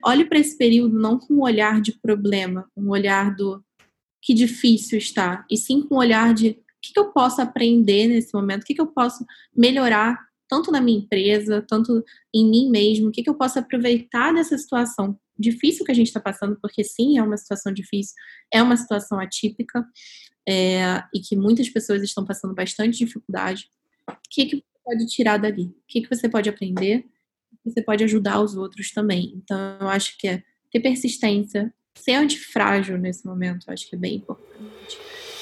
olhe para esse período não com um olhar de problema, um olhar do que difícil está, e sim com um olhar de o que eu posso aprender nesse momento, o que eu posso melhorar, tanto na minha empresa, tanto em mim mesmo, o que eu posso aproveitar dessa situação difícil que a gente está passando, porque sim, é uma situação difícil, é uma situação atípica, e que muitas pessoas estão passando bastante dificuldade. O que você pode tirar dali? O que você pode aprender? Você pode ajudar os outros também. Então, eu acho que é ter persistência, ser antifrágil nesse momento, eu acho que é bem importante.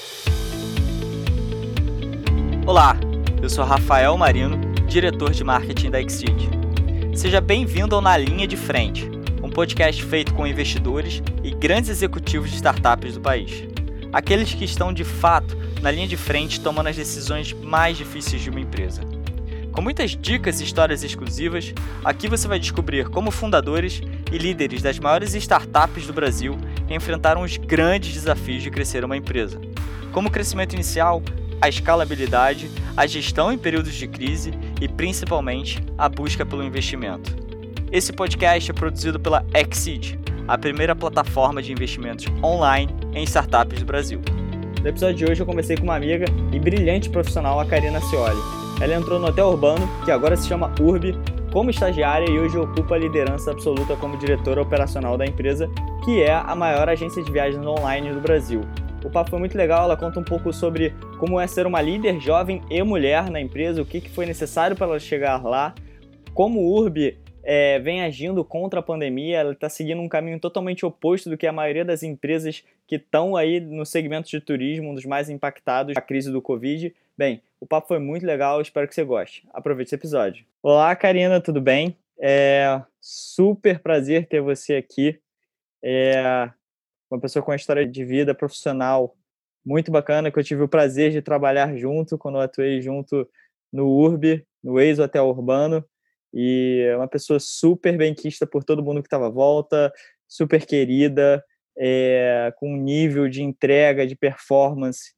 Olá, eu sou Rafael Marino, diretor de marketing da Exceed. Seja bem-vindo ao Na Linha de Frente, um podcast feito com investidores e grandes executivos de startups do país. Aqueles que estão, de fato, na linha de frente tomando as decisões mais difíceis de uma empresa. Com muitas dicas e histórias exclusivas, aqui você vai descobrir como fundadores e líderes das maiores startups do Brasil enfrentaram os grandes desafios de crescer uma empresa, como o crescimento inicial, a escalabilidade, a gestão em períodos de crise e, principalmente, a busca pelo investimento. Esse podcast é produzido pela Exceed, a primeira plataforma de investimentos online em startups do Brasil. No episódio de hoje eu conversei com uma amiga e brilhante profissional, a Karina Cioli. Ela entrou no Hotel Urbano, que agora se chama Urbi, como estagiária e hoje ocupa a liderança absoluta como diretora operacional da empresa, que é a maior agência de viagens online do Brasil. O papo foi muito legal, ela conta um pouco sobre como é ser uma líder jovem e mulher na empresa, o que foi necessário para ela chegar lá, como o Urbi vem agindo contra a pandemia, ela está seguindo um caminho totalmente oposto do que a maioria das empresas que estão aí no segmento de turismo, um dos mais impactados da crise do Covid. Bem, o papo foi muito legal, espero que você goste. Aproveite esse episódio. Olá, Karina, tudo bem? Super prazer ter você aqui. Uma pessoa com uma história de vida profissional muito bacana, que eu tive o prazer de trabalhar junto, quando eu atuei junto no Urbi, no ex-Hotel Urbano, e é uma pessoa super benquista por todo mundo que estava à volta, super querida, com um nível de entrega, de performance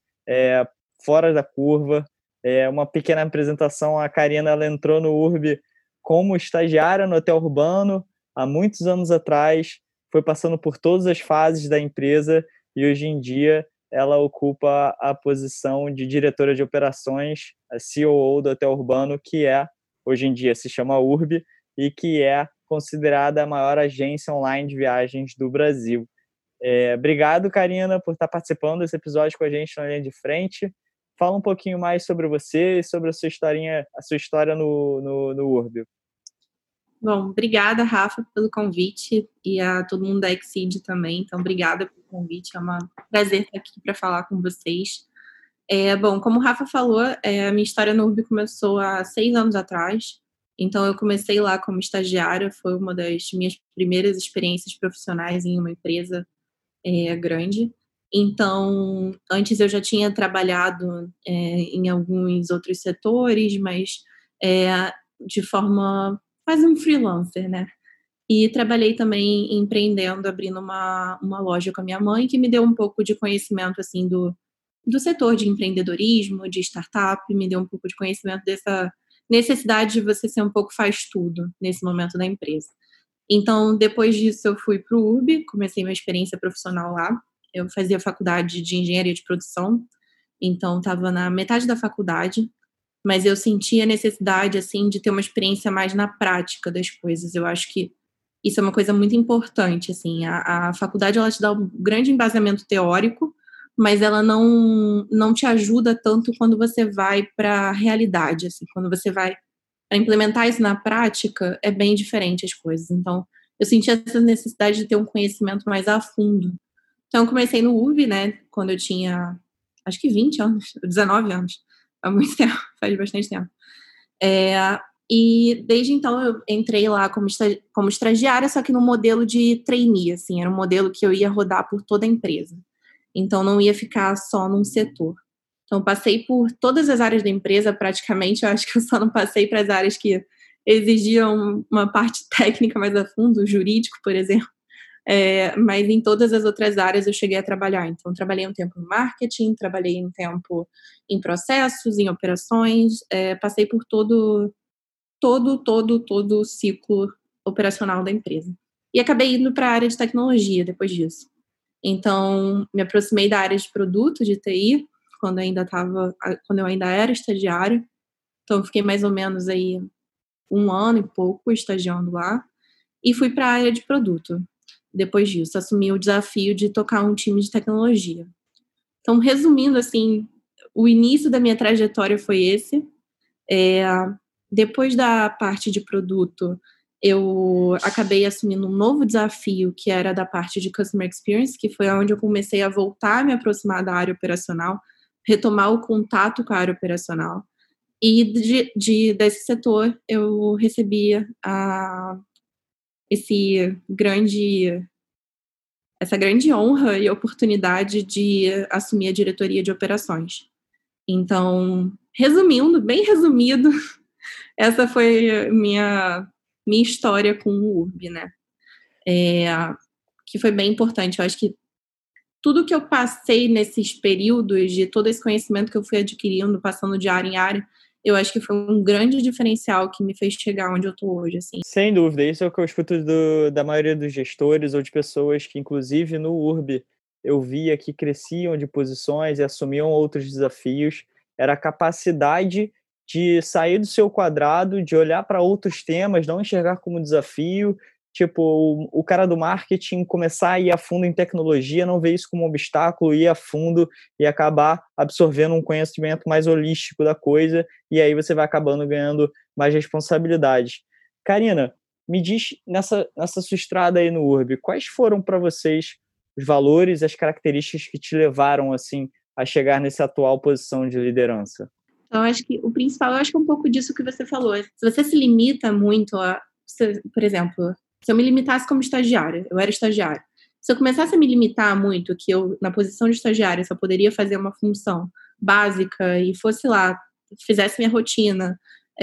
fora da curva. Uma pequena apresentação, a Karina ela entrou no Urbi como estagiária no Hotel Urbano, há muitos anos atrás, foi passando por todas as fases da empresa e hoje em dia ela ocupa a posição de diretora de operações, a COO do Hotel Urbano, que hoje em dia se chama Urbi e que é considerada a maior agência online de viagens do Brasil. Obrigado, Karina, por estar participando desse episódio com a gente na linha de frente. Fala um pouquinho mais sobre você e sobre a sua história no Urbi. Bom, obrigada, Rafa, pelo convite e a todo mundo da Exceed também. Então, obrigada pelo convite. É um prazer estar aqui para falar com vocês. Bom, como o Rafa falou, a minha história no Urbi começou há 6 anos atrás. Então, eu comecei lá como estagiária. Foi uma das minhas primeiras experiências profissionais em uma empresa grande. Então, antes eu já tinha trabalhado em alguns outros setores, mas de forma quase um freelancer, né? E trabalhei também empreendendo, abrindo uma loja com a minha mãe, que me deu um pouco de conhecimento, assim, do setor de empreendedorismo, de startup, me deu um pouco de conhecimento dessa necessidade de você ser um pouco faz tudo nesse momento da empresa. Então, depois disso, eu fui para o Urbi, comecei minha experiência profissional lá. Eu fazia faculdade de engenharia de produção, então estava na metade da faculdade, mas eu sentia a necessidade, assim, de ter uma experiência mais na prática das coisas. Eu acho que isso é uma coisa muito importante, assim. A faculdade, ela te dá um grande embasamento teórico, mas ela não te ajuda tanto quando você vai para a realidade, assim. Quando você vai para implementar isso na prática, é bem diferente as coisas. Então, eu senti essa necessidade de ter um conhecimento mais a fundo. Então, eu comecei no UV, né, quando eu tinha, acho que 20 anos, 19 anos. Há muito tempo, faz bastante tempo. E desde então eu entrei lá como estagiária, só que no modelo de trainee, assim, era um modelo que eu ia rodar por toda a empresa. Então, não ia ficar só num setor. Então, passei por todas as áreas da empresa, praticamente. Eu acho que eu só não passei para as áreas que exigiam uma parte técnica mais a fundo, jurídico, por exemplo. Mas em todas as outras áreas eu cheguei a trabalhar. Então, trabalhei um tempo em marketing, trabalhei um tempo em processos, em operações, passei por todo o ciclo operacional da empresa. e acabei indo para a área de tecnologia depois disso. Então, me aproximei da área de produto, de TI, quando eu ainda era estagiária. Então, eu fiquei mais ou menos aí 1 ano e pouco estagiando lá, e fui para a área de produto. Depois disso, assumi o desafio de tocar um time de tecnologia. Então, resumindo, assim, o início da minha trajetória foi esse. Depois da parte de produto, eu acabei assumindo um novo desafio, que era da parte de Customer Experience, que foi onde eu comecei a voltar a me aproximar da área operacional, retomar o contato com a área operacional. E desse setor, eu recebia essa grande honra e oportunidade de assumir a diretoria de operações. Então, resumindo, bem resumido, essa foi minha história com o URB, né? Que foi bem importante. Eu acho que tudo que eu passei nesses períodos, de todo esse conhecimento que eu fui adquirindo, passando de área em área, eu acho que foi um grande diferencial que me fez chegar onde eu tô hoje, assim. Sem dúvida, isso é o que eu escuto da maioria dos gestores ou de pessoas que, inclusive, no URB, eu via que cresciam de posições e assumiam outros desafios, era a capacidade de sair do seu quadrado, de olhar para outros temas, não enxergar como desafio, tipo, o cara do marketing começar a ir a fundo em tecnologia, não ver isso como um obstáculo, ir a fundo e acabar absorvendo um conhecimento mais holístico da coisa, e aí você vai acabando ganhando mais responsabilidade. Karina, me diz, nessa sua estrada aí no URB, quais foram para vocês os valores, as características que te levaram, assim, a chegar nessa atual posição de liderança? Então, acho que o principal, eu acho que é um pouco disso que você falou. Se você se limita muito por exemplo, se eu me limitasse como estagiária, eu era estagiária. Se eu começasse a me limitar muito, que eu, na posição de estagiária, só poderia fazer uma função básica e fosse lá, fizesse minha rotina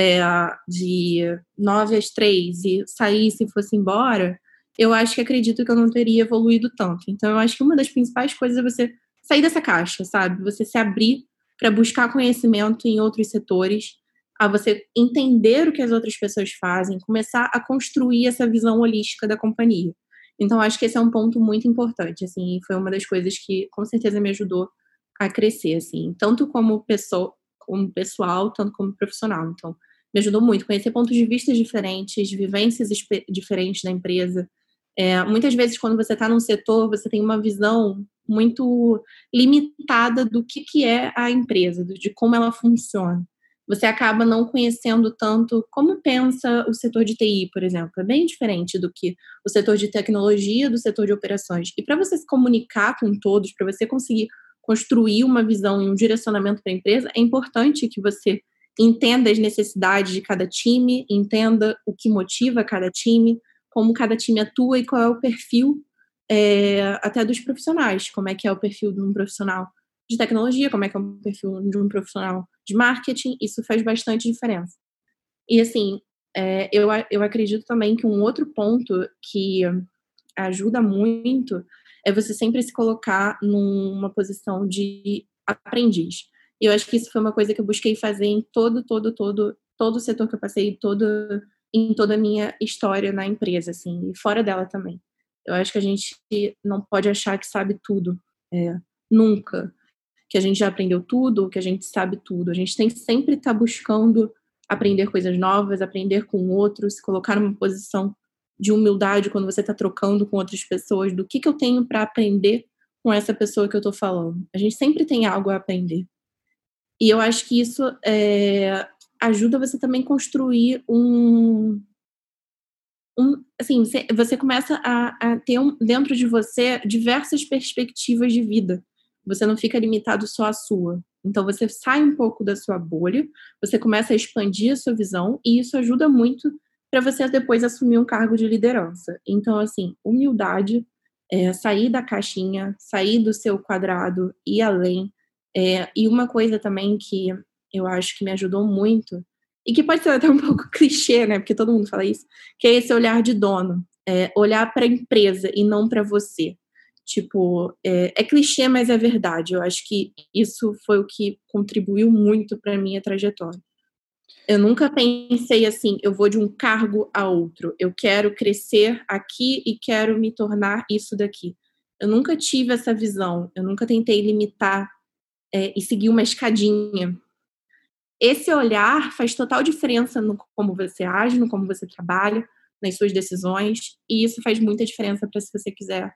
de 9 às 3 e saísse e fosse embora, eu acho que acredito que eu não teria evoluído tanto. Então, eu acho que uma das principais coisas é você sair dessa caixa, sabe? Você se abrir para buscar conhecimento em outros setores, a você entender o que as outras pessoas fazem, começar a construir essa visão holística da companhia. Então, acho que esse é um ponto muito importante, assim, foi uma das coisas que com certeza me ajudou a crescer, assim, tanto como pessoa, como pessoal, tanto como profissional. Então, me ajudou muito conhecer pontos de vista diferentes, vivências diferentes da empresa. Muitas vezes, quando você está num setor, você tem uma visão muito limitada do que é a empresa, de como ela funciona. Você acaba não conhecendo tanto como pensa o setor de TI, por exemplo. É bem diferente do que o setor de tecnologia, do setor de operações. E para você se comunicar com todos, para você conseguir construir uma visão e um direcionamento para a empresa, é importante que você entenda as necessidades de cada time, entenda o que motiva cada time, como cada time atua e qual é o perfil até dos profissionais, como é que é o perfil de um profissional de tecnologia, como é que é o perfil de um profissional de marketing, isso faz bastante diferença. E assim, eu acredito também que um outro ponto que ajuda muito é você sempre se colocar numa posição de aprendiz. E eu acho que isso foi uma coisa que eu busquei fazer em todo o setor que eu passei, em toda a minha história na empresa, assim, e fora dela também. Eu acho que a gente não pode achar que sabe tudo, nunca. Que a gente já aprendeu tudo, que a gente sabe tudo. A gente tem que sempre estar buscando aprender coisas novas, aprender com outros, se colocar numa posição de humildade quando você está trocando com outras pessoas, do que eu tenho para aprender com essa pessoa que eu estou falando. A gente sempre tem algo a aprender. E eu acho que isso ajuda você também construir assim, você começa a ter dentro de você diversas perspectivas de vida. Você não fica limitado só à sua. Então você sai um pouco da sua bolha, você começa a expandir a sua visão e isso ajuda muito para você depois assumir um cargo de liderança. Então, assim, humildade, sair da caixinha, sair do seu quadrado, ir além. E uma coisa também que eu acho que me ajudou muito, e que pode ser até um pouco clichê, né, porque todo mundo fala isso, que é esse olhar de dono, olhar para a empresa e não para você. Tipo, é clichê, mas é verdade. Eu acho que isso foi o que contribuiu muito para a minha trajetória. Eu nunca pensei assim, eu vou de um cargo a outro, eu quero crescer aqui e quero me tornar isso daqui. Eu nunca tive essa visão, eu nunca tentei limitar, e seguir uma escadinha. Esse olhar faz total diferença no como você age, no como você trabalha, nas suas decisões, e isso faz muita diferença para se você quiser,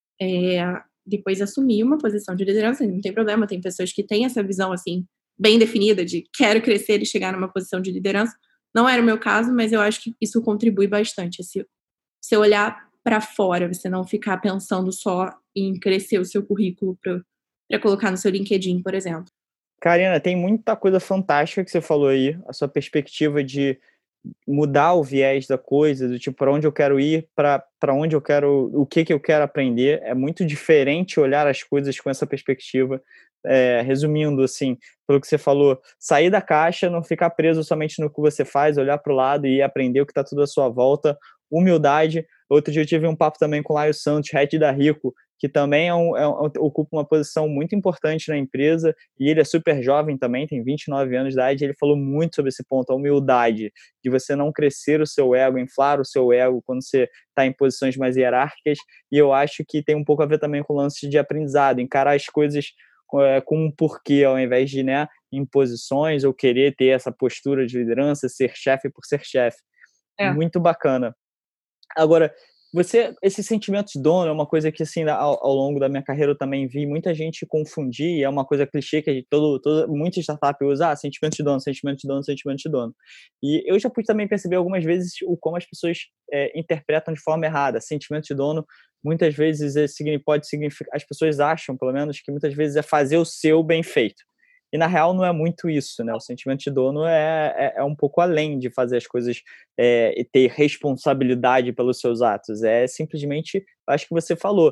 depois assumir uma posição de liderança, não tem problema, tem pessoas que têm essa visão, assim, bem definida de quero crescer e chegar numa posição de liderança. Não era o meu caso, mas eu acho que isso contribui bastante, esse você olhar para fora, você não ficar pensando só em crescer o seu currículo para colocar no seu LinkedIn, por exemplo. Karina, tem muita coisa fantástica que você falou aí, a sua perspectiva de mudar o viés da coisa, do tipo, para onde eu quero ir, para onde eu quero, o que eu quero aprender. É muito diferente olhar as coisas com essa perspectiva. Resumindo, assim, pelo que você falou, sair da caixa, não ficar preso somente no que você faz, olhar para o lado e aprender o que está tudo à sua volta. Humildade. Outro dia eu tive um papo também com o Laio Santos, head da Rico, que também ocupa uma posição muito importante na empresa, e ele é super jovem também, tem 29 anos de idade, e ele falou muito sobre esse ponto, a humildade, de você não crescer o seu ego, inflar o seu ego quando você está em posições mais hierárquicas, e eu acho que tem um pouco a ver também com o lance de aprendizado, encarar as coisas com um porquê, ao invés de, né, imposições ou querer ter essa postura de liderança, ser chefe por ser chefe. É. Muito bacana. Agora, esse sentimento de dono é uma coisa que, assim, ao longo da minha carreira eu também vi muita gente confundir, é uma coisa clichê que muita startup usa, sentimento de dono, sentimento de dono, sentimento de dono. E eu já pude também perceber algumas vezes como as pessoas interpretam de forma errada. Sentimento de dono, muitas vezes, pode significar, as pessoas acham, pelo menos, que muitas vezes é fazer o seu bem feito. E, na real, não é muito isso, né? O sentimento de dono é um pouco além de fazer as coisas e ter responsabilidade pelos seus atos. É simplesmente, acho que você falou,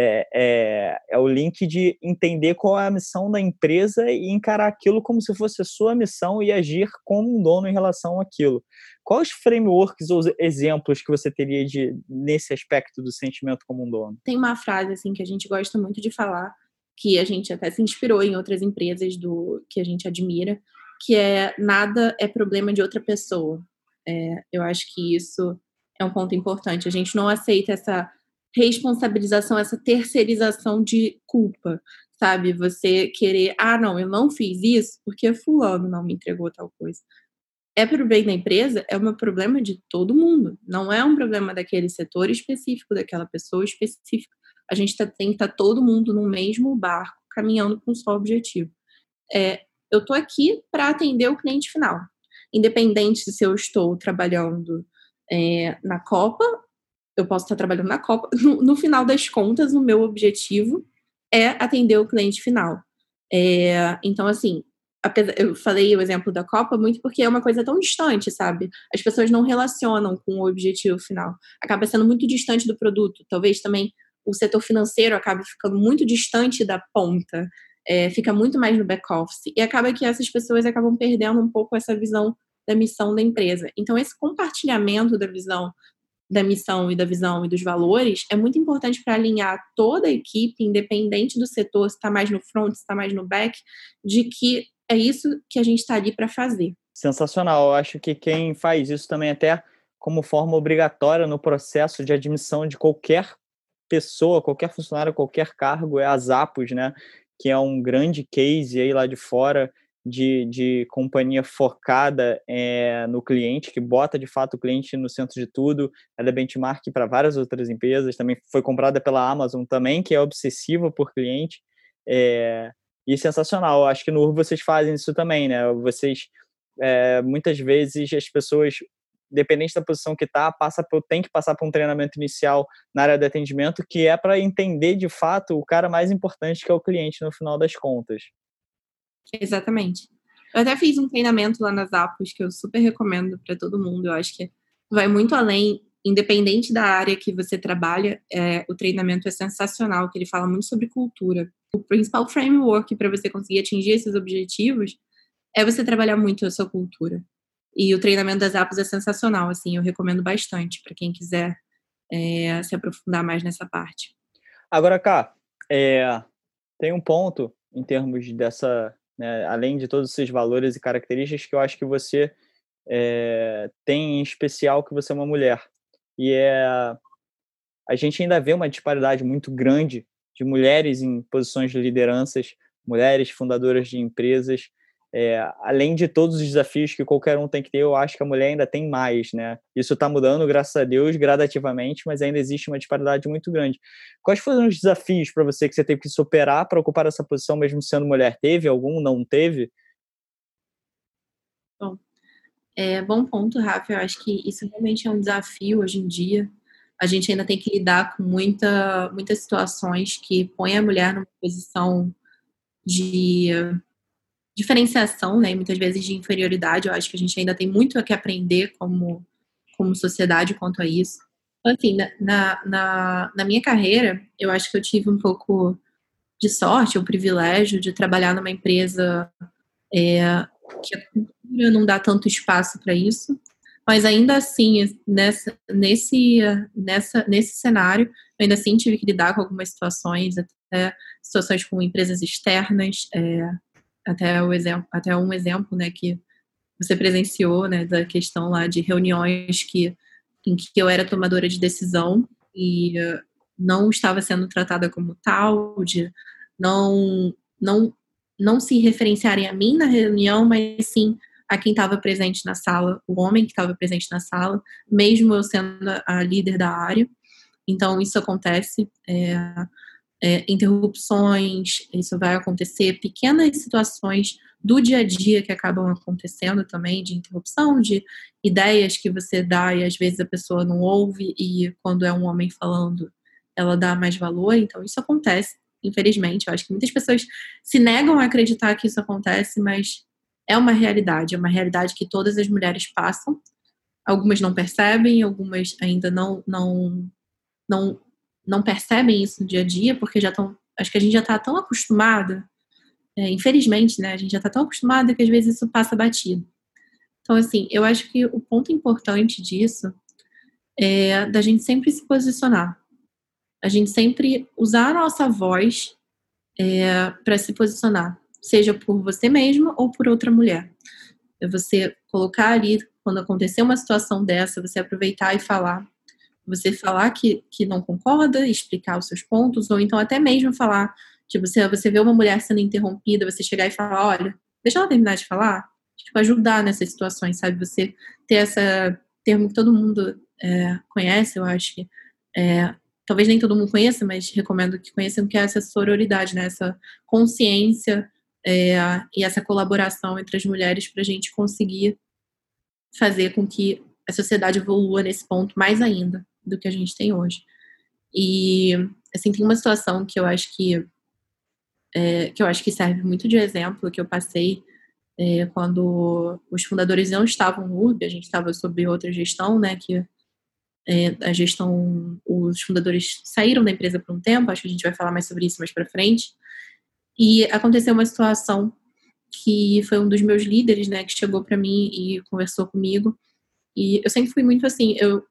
é o link de entender qual é a missão da empresa e encarar aquilo como se fosse a sua missão e agir como um dono em relação àquilo. Quais frameworks ou exemplos que você teria nesse aspecto do sentimento como um dono? Tem uma frase, assim, que a gente gosta muito de falar, que a gente até se inspirou em outras empresas que a gente admira, que é: "Nada é problema de outra pessoa". Eu acho que isso é um ponto importante. A gente não aceita essa responsabilização, essa terceirização de culpa, sabe? Você querer: "Ah, não, eu não fiz isso porque fulano não me entregou tal coisa". É para o bem da empresa, é um problema de todo mundo, não é um problema daquele setor específico, daquela pessoa específica. A gente tem que estar todo mundo no mesmo barco, caminhando com um só objetivo. Eu estou aqui para atender o cliente final, independente se eu estou trabalhando, na Copa, eu posso estar trabalhando na Copa, no final das contas, o meu objetivo é atender o cliente final. Então, assim, eu falei o exemplo da Copa muito porque é uma coisa tão distante, sabe? As pessoas não relacionam com o objetivo final. Acaba sendo muito distante do produto. Talvez também o setor financeiro acabe ficando muito distante da ponta, fica muito mais no back-office. E acaba que essas pessoas acabam perdendo um pouco essa visão da missão da empresa. Então, esse compartilhamento da visão da missão e da visão e dos valores é muito importante para alinhar toda a equipe, independente do setor, se está mais no front, se está mais no back, de que é isso que a gente está ali para fazer. Sensacional. Eu acho que quem faz isso também até como forma obrigatória no processo de admissão de qualquer pessoa, qualquer funcionário, qualquer cargo, é a Zappos, né? Que é um grande case aí lá de fora de companhia focada no cliente, que bota de fato o cliente no centro de tudo. Ela é benchmark para várias outras empresas, também foi comprada pela Amazon também, que é obsessiva por cliente. E sensacional. Acho que no Urbo vocês fazem isso também, né? Vocês, muitas vezes, as pessoas, dependente da posição que está, tem que passar por um treinamento inicial na área de atendimento, que é para entender, de fato, o cara mais importante, que é o cliente, no final das contas. Exatamente. Eu até fiz um treinamento lá nas Zappos que eu super recomendo para todo mundo. Eu acho que vai muito além, independente da área que você trabalha, o treinamento é sensacional, que ele fala muito sobre cultura. O principal framework para você conseguir atingir esses objetivos é você trabalhar muito a sua cultura. E o treinamento das Zappos é sensacional, assim, eu recomendo bastante para quem quiser se aprofundar mais nessa parte. Agora, Cá, tem um ponto em termos dessa, né, além de todos esses valores e características, que eu acho que você tem em especial que você é uma mulher. E a gente ainda vê uma disparidade muito grande de mulheres em posições de lideranças, mulheres fundadoras de empresas. Além de todos os desafios que qualquer um tem que ter, eu acho que a mulher ainda tem mais, né? Isso está mudando, graças a Deus, gradativamente, mas ainda existe uma disparidade muito grande. Quais foram os desafios para você que você teve que superar para ocupar essa posição, mesmo sendo mulher? Teve algum? Não teve? Bom, bom ponto, Rafa. Eu acho que isso realmente é um desafio hoje em dia. A gente ainda tem que lidar com muitas situações que põem a mulher numa posição de diferenciação, né? E muitas vezes de inferioridade. Eu acho que a gente ainda tem muito a que aprender como sociedade quanto a isso. Então, assim, na minha carreira, eu acho que eu tive um pouco de sorte, o privilégio de trabalhar numa empresa que a cultura não dá tanto espaço para isso, mas ainda assim, nesse cenário, eu ainda assim tive que lidar com algumas situações, até situações com empresas externas, até um exemplo, né, que você presenciou, né, da questão lá de reuniões em que eu era tomadora de decisão e não estava sendo tratada como tal, de não, não, não se referenciarem a mim na reunião, mas sim a quem estava presente na sala, o homem que estava presente na sala, mesmo eu sendo a líder da área. Então, isso acontece. Interrupções, isso vai acontecer, pequenas situações do dia a dia que acabam acontecendo também, de interrupção, de ideias que você dá e às vezes a pessoa não ouve, e quando é um homem falando, ela dá mais valor. Então isso acontece, infelizmente. Eu acho que muitas pessoas se negam a acreditar que isso acontece, mas é uma realidade que todas as mulheres passam. Algumas não percebem, algumas ainda não, não percebem isso no dia a dia, porque já estão. Acho que a gente já está tão acostumada, infelizmente, né? A gente já está tão acostumada que às vezes isso passa batido. Então, assim, eu acho que o ponto importante disso é da gente sempre se posicionar. A gente sempre usar a nossa voz para se posicionar, seja por você mesma ou por outra mulher. É você colocar ali, quando acontecer uma situação dessa, você aproveitar e falar. Você falar que não concorda, explicar os seus pontos, ou então até mesmo falar, tipo, você vê uma mulher sendo interrompida, você chegar e falar, olha, deixa ela terminar de falar, tipo, ajudar nessas situações, sabe? Você ter essa termo que todo mundo conhece, eu acho que talvez nem todo mundo conheça, mas recomendo que conheçam, que é essa sororidade, né? Essa consciência e essa colaboração entre as mulheres para a gente conseguir fazer com que a sociedade evolua nesse ponto mais ainda do que a gente tem hoje. E, assim, tem uma situação que eu acho que serve muito de exemplo, que eu passei quando os fundadores não estavam no URB, a gente estava sob outra gestão, né, que a gestão, os fundadores saíram da empresa por um tempo, acho que a gente vai falar mais sobre isso mais para frente, e aconteceu uma situação que foi um dos meus líderes, né, que chegou para mim e conversou comigo, e eu sempre fui muito assim,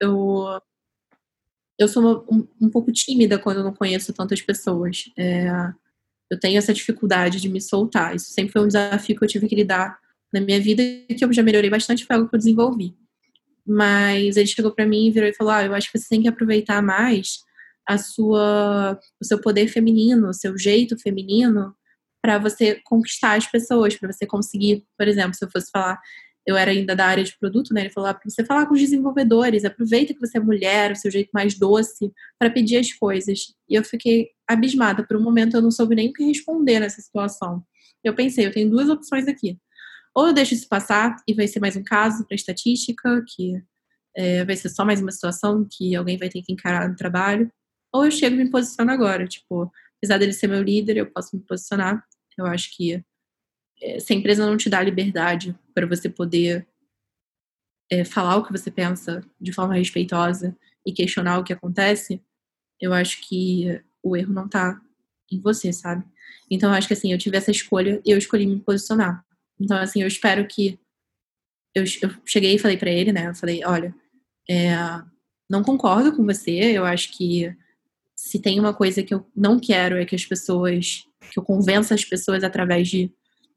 eu sou um pouco tímida quando eu não conheço tantas pessoas. Eu tenho essa dificuldade de me soltar. Isso sempre foi um desafio que eu tive que lidar na minha vida e que eu já melhorei bastante, foi algo que eu desenvolvi. Mas ele chegou para mim e virou e falou: eu acho que você tem que aproveitar mais o seu poder feminino, o seu jeito feminino, para você conquistar as pessoas, para você conseguir, por exemplo, se eu fosse falar, eu era ainda da área de produto, né? Ele falou: para você falar com os desenvolvedores, aproveita que você é mulher, o seu jeito mais doce, para pedir as coisas. E eu fiquei abismada. Por um momento eu não soube nem o que responder nessa situação. Eu pensei, eu tenho duas opções aqui. Ou eu deixo isso passar e vai ser mais um caso para estatística, que vai ser só mais uma situação que alguém vai ter que encarar no trabalho. Ou eu chego e me posiciono agora. Tipo, apesar dele ser meu líder, eu posso me posicionar. Eu acho que se a empresa não te dá liberdade para você poder falar o que você pensa de forma respeitosa e questionar o que acontece, eu acho que o erro não tá em você, sabe? Então, eu acho que, assim, eu tive essa escolha e eu escolhi me posicionar. Então, assim, eu espero que... Eu cheguei e falei pra ele, né? Eu falei, olha, não concordo com você. Eu acho que se tem uma coisa que eu não quero é que as pessoas... Que eu convença as pessoas através de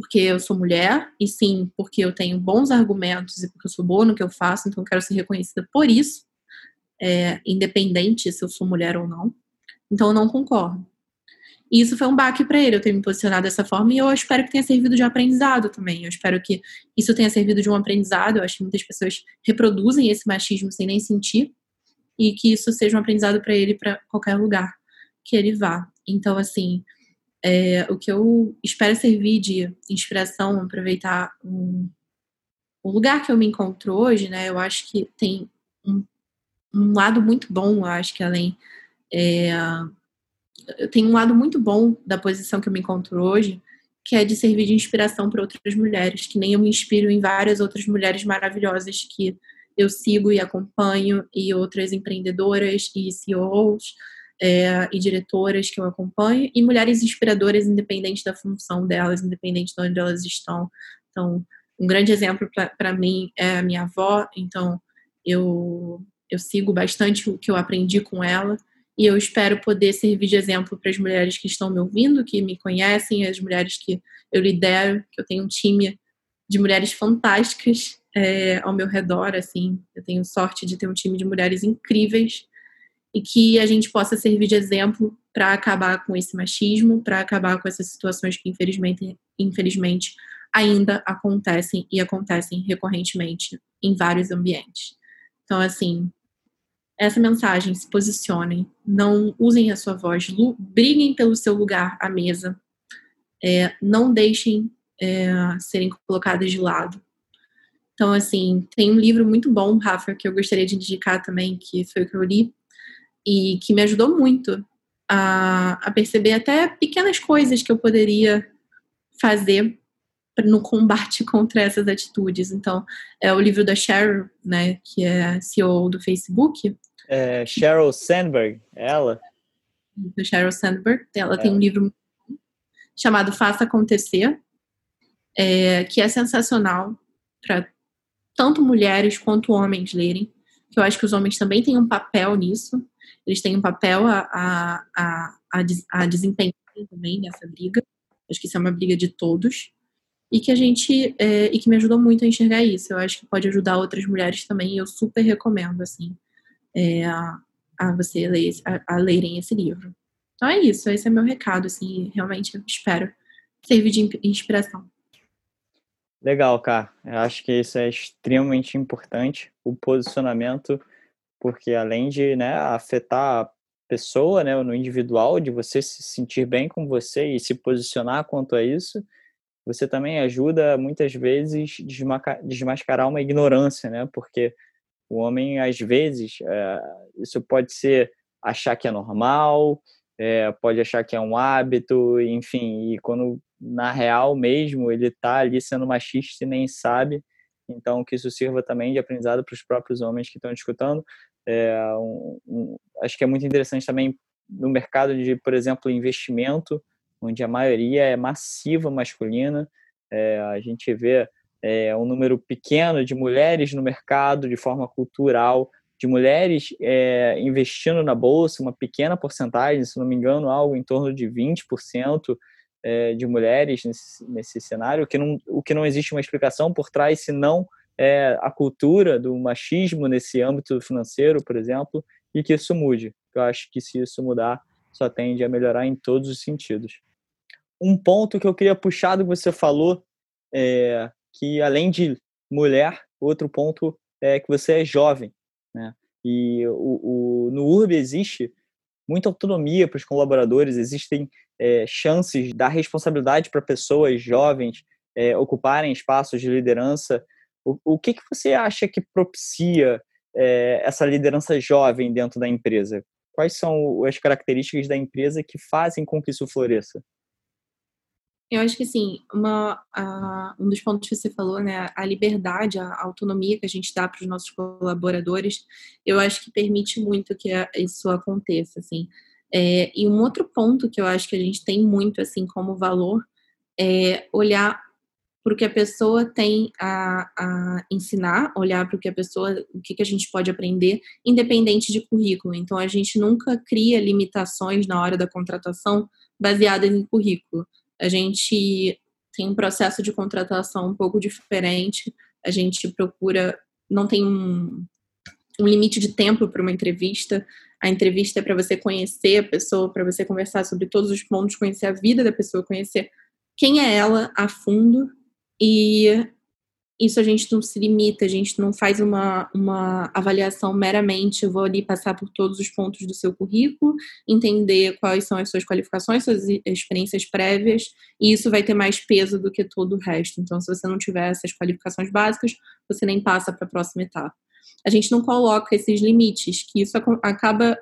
porque eu sou mulher, e sim porque eu tenho bons argumentos e porque eu sou boa no que eu faço, então eu quero ser reconhecida por isso, independente se eu sou mulher ou não. Então eu não concordo. E isso foi um baque para ele, eu ter me posicionado dessa forma, e eu espero que tenha servido de aprendizado também. Eu espero que isso tenha servido de um aprendizado. Eu acho que muitas pessoas reproduzem esse machismo sem nem sentir, e que isso seja um aprendizado para ele, para qualquer lugar que ele vá. Então, assim, o que eu espero servir de inspiração, aproveitar o lugar que eu me encontro hoje, né? Eu acho que tem um lado muito bom, eu acho que além... eu tenho um lado muito bom da posição que eu me encontro hoje, que é de servir de inspiração para outras mulheres, que nem eu me inspiro em várias outras mulheres maravilhosas que eu sigo e acompanho, e outras empreendedoras e CEOs e diretoras que eu acompanho, e mulheres inspiradoras, independente da função delas, independente de onde elas estão. Então, um grande exemplo para mim é a minha avó. Então, eu sigo bastante o que eu aprendi com ela, e eu espero poder servir de exemplo para as mulheres que estão me ouvindo, que me conhecem, as mulheres que eu lidero, que eu tenho um time de mulheres fantásticas ao meu redor, assim. Eu tenho sorte de ter um time de mulheres incríveis, e que a gente possa servir de exemplo para acabar com esse machismo, para acabar com essas situações que infelizmente ainda acontecem, e acontecem recorrentemente em vários ambientes. Então, assim, essa mensagem: se posicionem, não usem a sua voz, briguem pelo seu lugar à mesa, não deixem serem colocadas de lado. Então, assim, tem um livro muito bom, Rafa, que eu gostaria de indicar também, que foi o que eu li, e que me ajudou muito a perceber até pequenas coisas que eu poderia fazer no combate contra essas atitudes. Então, é o livro da Sheryl, né, que é CEO do Facebook. Sheryl Sandberg, ela? Do Sheryl Sandberg. Ela tem um livro chamado Faça Acontecer, que é sensacional para tanto mulheres quanto homens lerem, que eu acho que os homens também têm um papel nisso. Eles têm um papel a desempenhar também nessa briga. Acho que isso é uma briga de todos. E que e que me ajudou muito a enxergar isso. Eu acho que pode ajudar outras mulheres também, e eu super recomendo, assim, a você a lerem esse livro. Então é isso, esse é meu recado, assim, realmente eu espero servir de inspiração. Legal, cara. Eu acho que isso é extremamente importante, o posicionamento, porque além de, né, afetar a pessoa, né, no individual, de você se sentir bem com você e se posicionar quanto a isso, você também ajuda, muitas vezes, desmascarar uma ignorância, né, porque o homem, às vezes, isso pode ser achar que é normal, pode achar que é um hábito, enfim, e quando na real mesmo ele está ali sendo machista e nem sabe. Então, que isso sirva também de aprendizado para os próprios homens que estão escutando. Acho que é muito interessante também no mercado de, por exemplo, investimento, onde a maioria é massiva masculina. A gente vê um número pequeno de mulheres no mercado de forma cultural, de mulheres investindo na bolsa, uma pequena porcentagem, se não me engano, algo em torno de 20% de mulheres nesse cenário, o que não existe uma explicação por trás, senão a cultura do machismo nesse âmbito financeiro, por exemplo, e que isso mude. Eu acho que se isso mudar, só tende a melhorar em todos os sentidos. Um ponto que eu queria puxar do que você falou, que além de mulher, outro ponto é que você é jovem, né? E no URB existe muita autonomia para os colaboradores, existem chances de dar responsabilidade para pessoas jovens ocuparem espaços de liderança. O que você acha que propicia essa liderança jovem dentro da empresa? Quais são as características da empresa que fazem com que isso floresça? Eu acho que, assim, um dos pontos que você falou, né, a liberdade, a autonomia que a gente dá para os nossos colaboradores, eu acho que permite muito que isso aconteça, assim. E um outro ponto que eu acho que a gente tem muito, assim, como valor, é olhar para o que a pessoa tem a ensinar, olhar para o que a gente pode aprender, independente de currículo. Então, a gente nunca cria limitações na hora da contratação baseadas em currículo. A gente tem um processo de contratação um pouco diferente. A gente procura, não tem um limite de tempo para uma entrevista. A entrevista é para você conhecer a pessoa, para você conversar sobre todos os pontos, conhecer a vida da pessoa, conhecer quem é ela a fundo. E isso a gente não se limita, a gente não faz uma avaliação meramente, eu vou ali passar por todos os pontos do seu currículo, entender quais são as suas qualificações, suas experiências prévias, e isso vai ter mais peso do que todo o resto. Então, se você não tiver essas qualificações básicas, você nem passa para a próxima etapa. A gente não coloca esses limites, que isso acaba...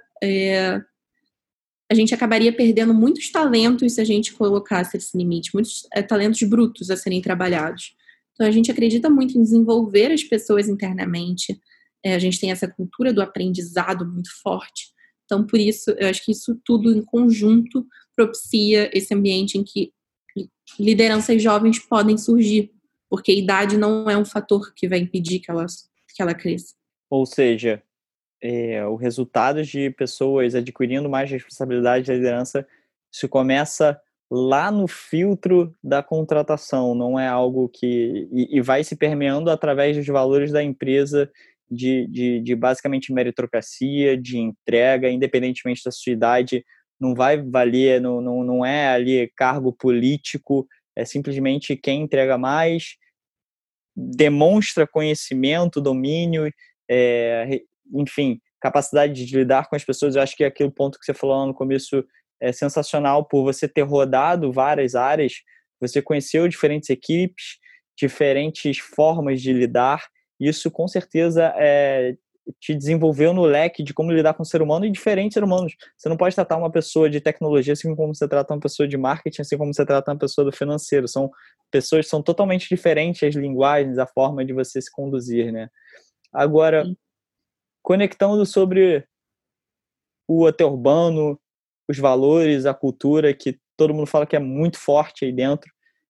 a gente acabaria perdendo muitos talentos se a gente colocasse esse limite, muitos talentos brutos a serem trabalhados. Então, a gente acredita muito em desenvolver as pessoas internamente. A gente tem essa cultura do aprendizado muito forte. Então, por isso, eu acho que isso tudo em conjunto propicia esse ambiente em que lideranças jovens podem surgir, porque a idade não é um fator que vai impedir que ela cresça. Ou seja, o resultado de pessoas adquirindo mais responsabilidade de liderança, isso começa lá no filtro da contratação, não é algo que... E vai se permeando através dos valores da empresa de basicamente meritocracia, de entrega, independentemente da sua idade, não vai valer, não é ali cargo político, é simplesmente quem entrega mais, demonstra conhecimento, domínio, enfim, capacidade de lidar com as pessoas. Eu acho que aquele ponto que você falou lá no começo é sensacional, por você ter rodado várias áreas, você conheceu diferentes equipes, diferentes formas de lidar, isso com certeza te desenvolveu no leque de como lidar com o ser humano e diferentes seres humanos. Você não pode tratar uma pessoa de tecnologia assim como você trata uma pessoa de marketing, assim como você trata uma pessoa do financeiro. São pessoas que são totalmente diferentes, as linguagens, a forma de você se conduzir, né? Agora, conectando sobre o hotel urbano, os valores, a cultura, que todo mundo fala que é muito forte aí dentro.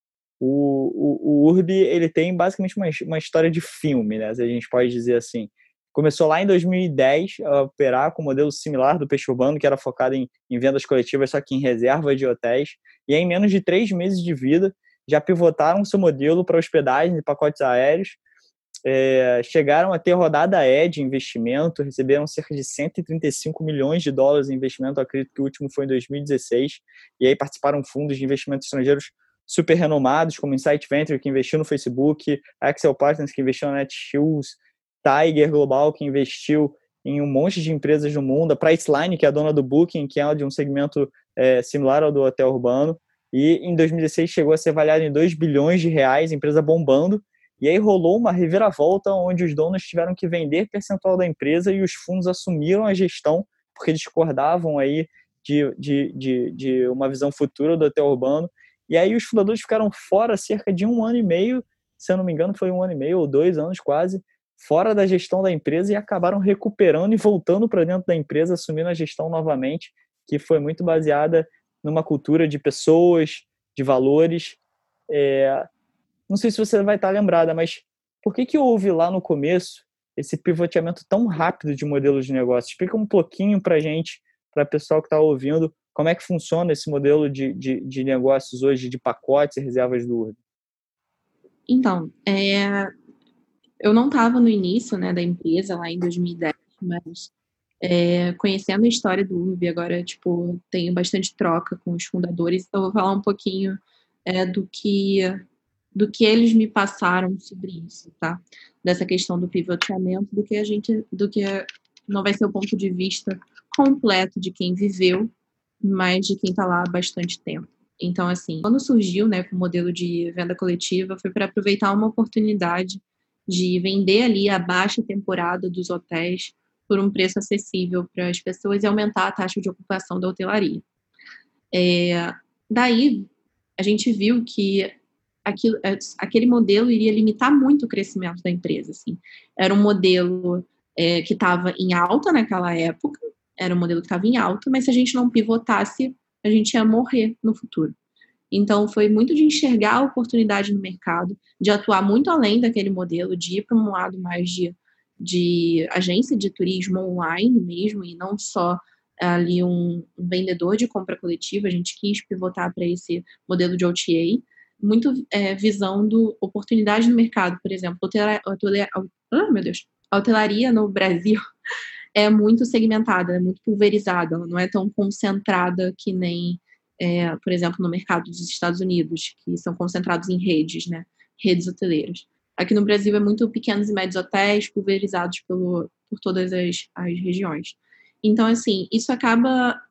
O Urbi, ele tem basicamente uma história de filme, né? Se a gente pode dizer assim. Começou lá em 2010 a operar com um modelo similar do Peixe Urbano, que era focado em vendas coletivas, só que em reserva de hotéis. E aí, em menos de 3 meses de vida, já pivotaram seu modelo para hospedagem e pacotes aéreos. Chegaram a ter rodada de investimento, receberam cerca de 135 milhões de dólares em investimento, acredito que o último foi em 2016, e aí participaram fundos de investimentos estrangeiros super renomados, como Insight Venture, que investiu no Facebook, Axel Partners, que investiu na Netshoes, Tiger Global, que investiu em um monte de empresas no mundo, a Priceline, que é a dona do Booking, que é de um segmento similar ao do hotel urbano, e em 2016 chegou a ser avaliado em 2 bilhões de reais, empresa bombando. E aí rolou uma reviravolta onde os donos tiveram que vender percentual da empresa e os fundos assumiram a gestão porque discordavam aí de uma visão futura do hotel urbano. E aí os fundadores ficaram fora cerca de 1 ano e meio, se eu não me engano foi 1 ano e meio ou 2 anos quase, fora da gestão da empresa, e acabaram recuperando e voltando para dentro da empresa, assumindo a gestão novamente, que foi muito baseada numa cultura de pessoas, de valores. Não sei se você vai estar lembrada, mas por que houve lá no começo esse pivoteamento tão rápido de modelos de negócio? Explica um pouquinho para a gente, para o pessoal que está ouvindo, como é que funciona esse modelo de negócios hoje, de pacotes e reservas do Urbi. Então, eu não estava no início, né, da empresa, lá em 2010, mas conhecendo a história do Urbi, agora, tenho bastante troca com os fundadores, então eu vou falar um pouquinho do que eles me passaram sobre isso, tá? Dessa questão do pivoteamento, do que não vai ser o ponto de vista completo de quem viveu, mas de quem está lá há bastante tempo. Então, assim, quando surgiu, né, com o modelo de venda coletiva, foi para aproveitar uma oportunidade de vender ali a baixa temporada dos hotéis por um preço acessível para as pessoas e aumentar a taxa de ocupação da hotelaria. Daí, a gente viu que aquele modelo iria limitar muito o crescimento da empresa. Assim. Era um modelo que estava em alta naquela época, mas se a gente não pivotasse, a gente ia morrer no futuro. Então, foi muito de enxergar a oportunidade no mercado, de atuar muito além daquele modelo, de ir para um lado mais de agência de turismo online mesmo, e não só ali um vendedor de compra coletiva. A gente quis pivotar para esse modelo de OTA, visando oportunidades no mercado, por exemplo. A hotelaria no Brasil é muito segmentada, é muito pulverizada, ela não é tão concentrada que nem, por exemplo, no mercado dos Estados Unidos, que são concentrados em redes, né? Redes hoteleiras. Aqui no Brasil é muito pequenos e médios hotéis pulverizados por todas as regiões. Então, assim, isso acaba...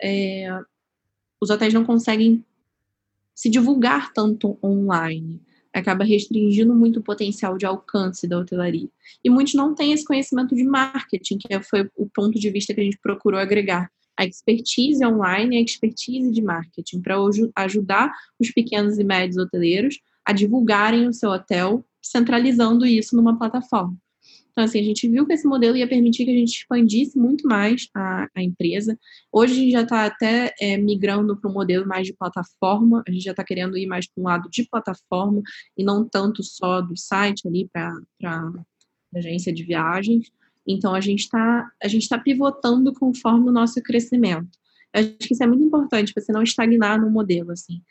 os hotéis não conseguem se divulgar tanto online. Acaba restringindo muito o potencial de alcance da hotelaria. E muitos não têm esse conhecimento de marketing, que foi o ponto de vista que a gente procurou agregar. A expertise online e a expertise de marketing, para ajudar os pequenos e médios hoteleiros a divulgarem o seu hotel, centralizando isso numa plataforma. Então, assim, a gente viu que esse modelo ia permitir que a gente expandisse muito mais a empresa. Hoje a gente já está até migrando para um modelo mais de plataforma, a gente já está querendo ir mais para um lado de plataforma e não tanto só do site ali para agência de viagens. Então, a gente tá pivotando conforme o nosso crescimento. Eu acho que isso é muito importante, você não estagnar no modelo, assim.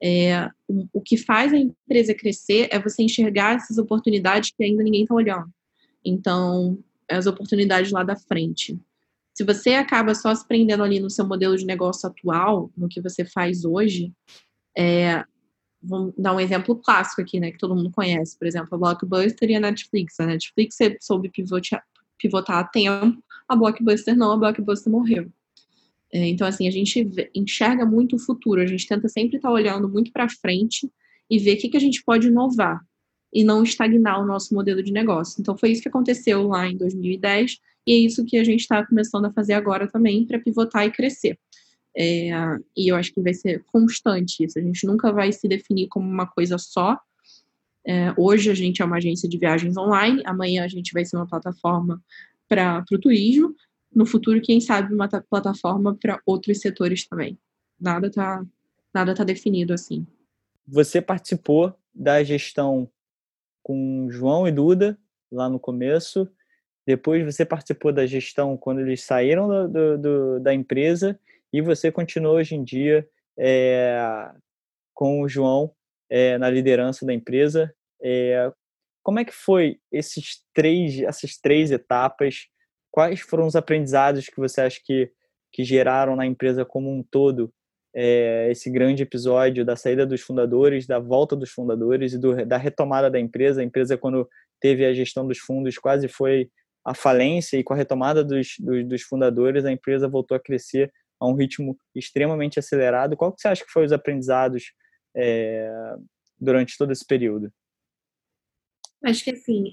O que faz a empresa crescer é você enxergar essas oportunidades que ainda ninguém está olhando. Então, as oportunidades lá da frente. Se você acaba só se prendendo ali no seu modelo de negócio atual, no que você faz hoje, vamos dar um exemplo clássico aqui, né, que todo mundo conhece, por exemplo, a Blockbuster e a Netflix. A Netflix soube pivotar a tempo, a Blockbuster não, a Blockbuster morreu. Então, assim, a gente enxerga muito o futuro, a gente tenta sempre estar olhando muito para frente e ver o que a gente pode inovar e não estagnar o nosso modelo de negócio. Então, foi isso que aconteceu lá em 2010 e é isso que a gente está começando a fazer agora também para pivotar e crescer. E eu acho que vai ser constante isso. A gente nunca vai se definir como uma coisa só. Hoje a gente é uma agência de viagens online, amanhã a gente vai ser uma plataforma para o turismo, no futuro, quem sabe, uma plataforma para outros setores também. Nada tá definido assim. Você participou da gestão com João e Duda, lá no começo. Depois você participou da gestão quando eles saíram da empresa e você continuou hoje em dia com o João na liderança da empresa. Como é que foi essas três etapas? Quais foram os aprendizados que você acha que geraram na empresa como um todo esse grande episódio da saída dos fundadores, da volta dos fundadores e da retomada da empresa? A empresa, quando teve a gestão dos fundos, quase foi à falência, e com a retomada dos fundadores, a empresa voltou a crescer a um ritmo extremamente acelerado. Qual que você acha que foram os aprendizados durante todo esse período? Acho que, assim,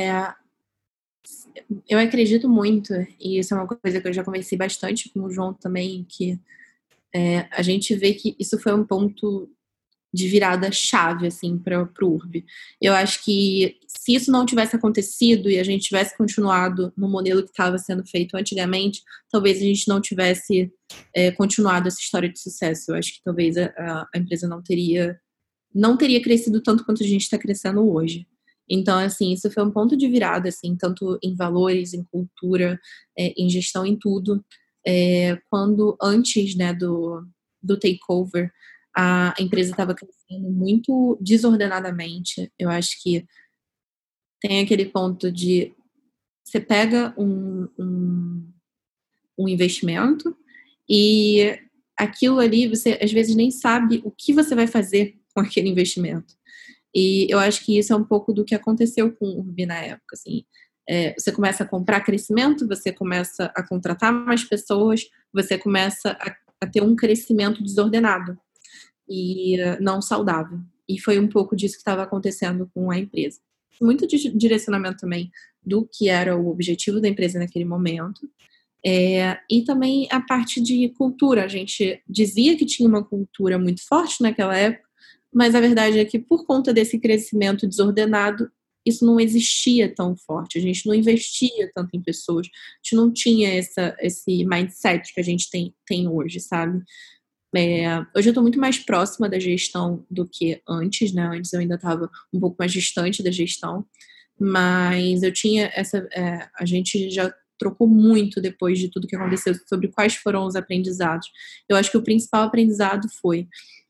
eu acredito muito, e isso é uma coisa que eu já conversei bastante com o João também, que a gente vê que isso foi um ponto de virada chave, assim, para o URB. Eu acho que se isso não tivesse acontecido e a gente tivesse continuado no modelo que estava sendo feito antigamente, talvez a gente não tivesse continuado essa história de sucesso. Eu acho que talvez a empresa não teria crescido tanto quanto a gente está crescendo hoje. Então, assim, isso foi um ponto de virada, assim, tanto em valores, em cultura, em gestão, em tudo. Quando antes, né, do takeover, a empresa estava crescendo muito desordenadamente. Eu acho que tem aquele ponto de você pega um investimento e aquilo ali você às vezes nem sabe o que você vai fazer com aquele investimento. E eu acho que isso é um pouco do que aconteceu com o Urbi na época, assim. Você começa a comprar crescimento, você começa a contratar mais pessoas, você começa a ter um crescimento desordenado e não saudável. E foi um pouco disso que estava acontecendo com a empresa. Muito de direcionamento também do que era o objetivo da empresa naquele momento. E também a parte de cultura. A gente dizia que tinha uma cultura muito forte naquela época, mas a verdade é que por conta desse crescimento desordenado, isso não existia tão forte. A gente não investia tanto em pessoas. A gente não tinha esse mindset que a gente tem hoje, sabe? Hoje eu estou muito mais próxima da gestão do que antes, né? Antes eu ainda estava um pouco mais distante da gestão, mas eu tinha a gente já trocou muito depois de tudo que aconteceu sobre quais foram os aprendizados. Eu acho que o principal aprendizado foi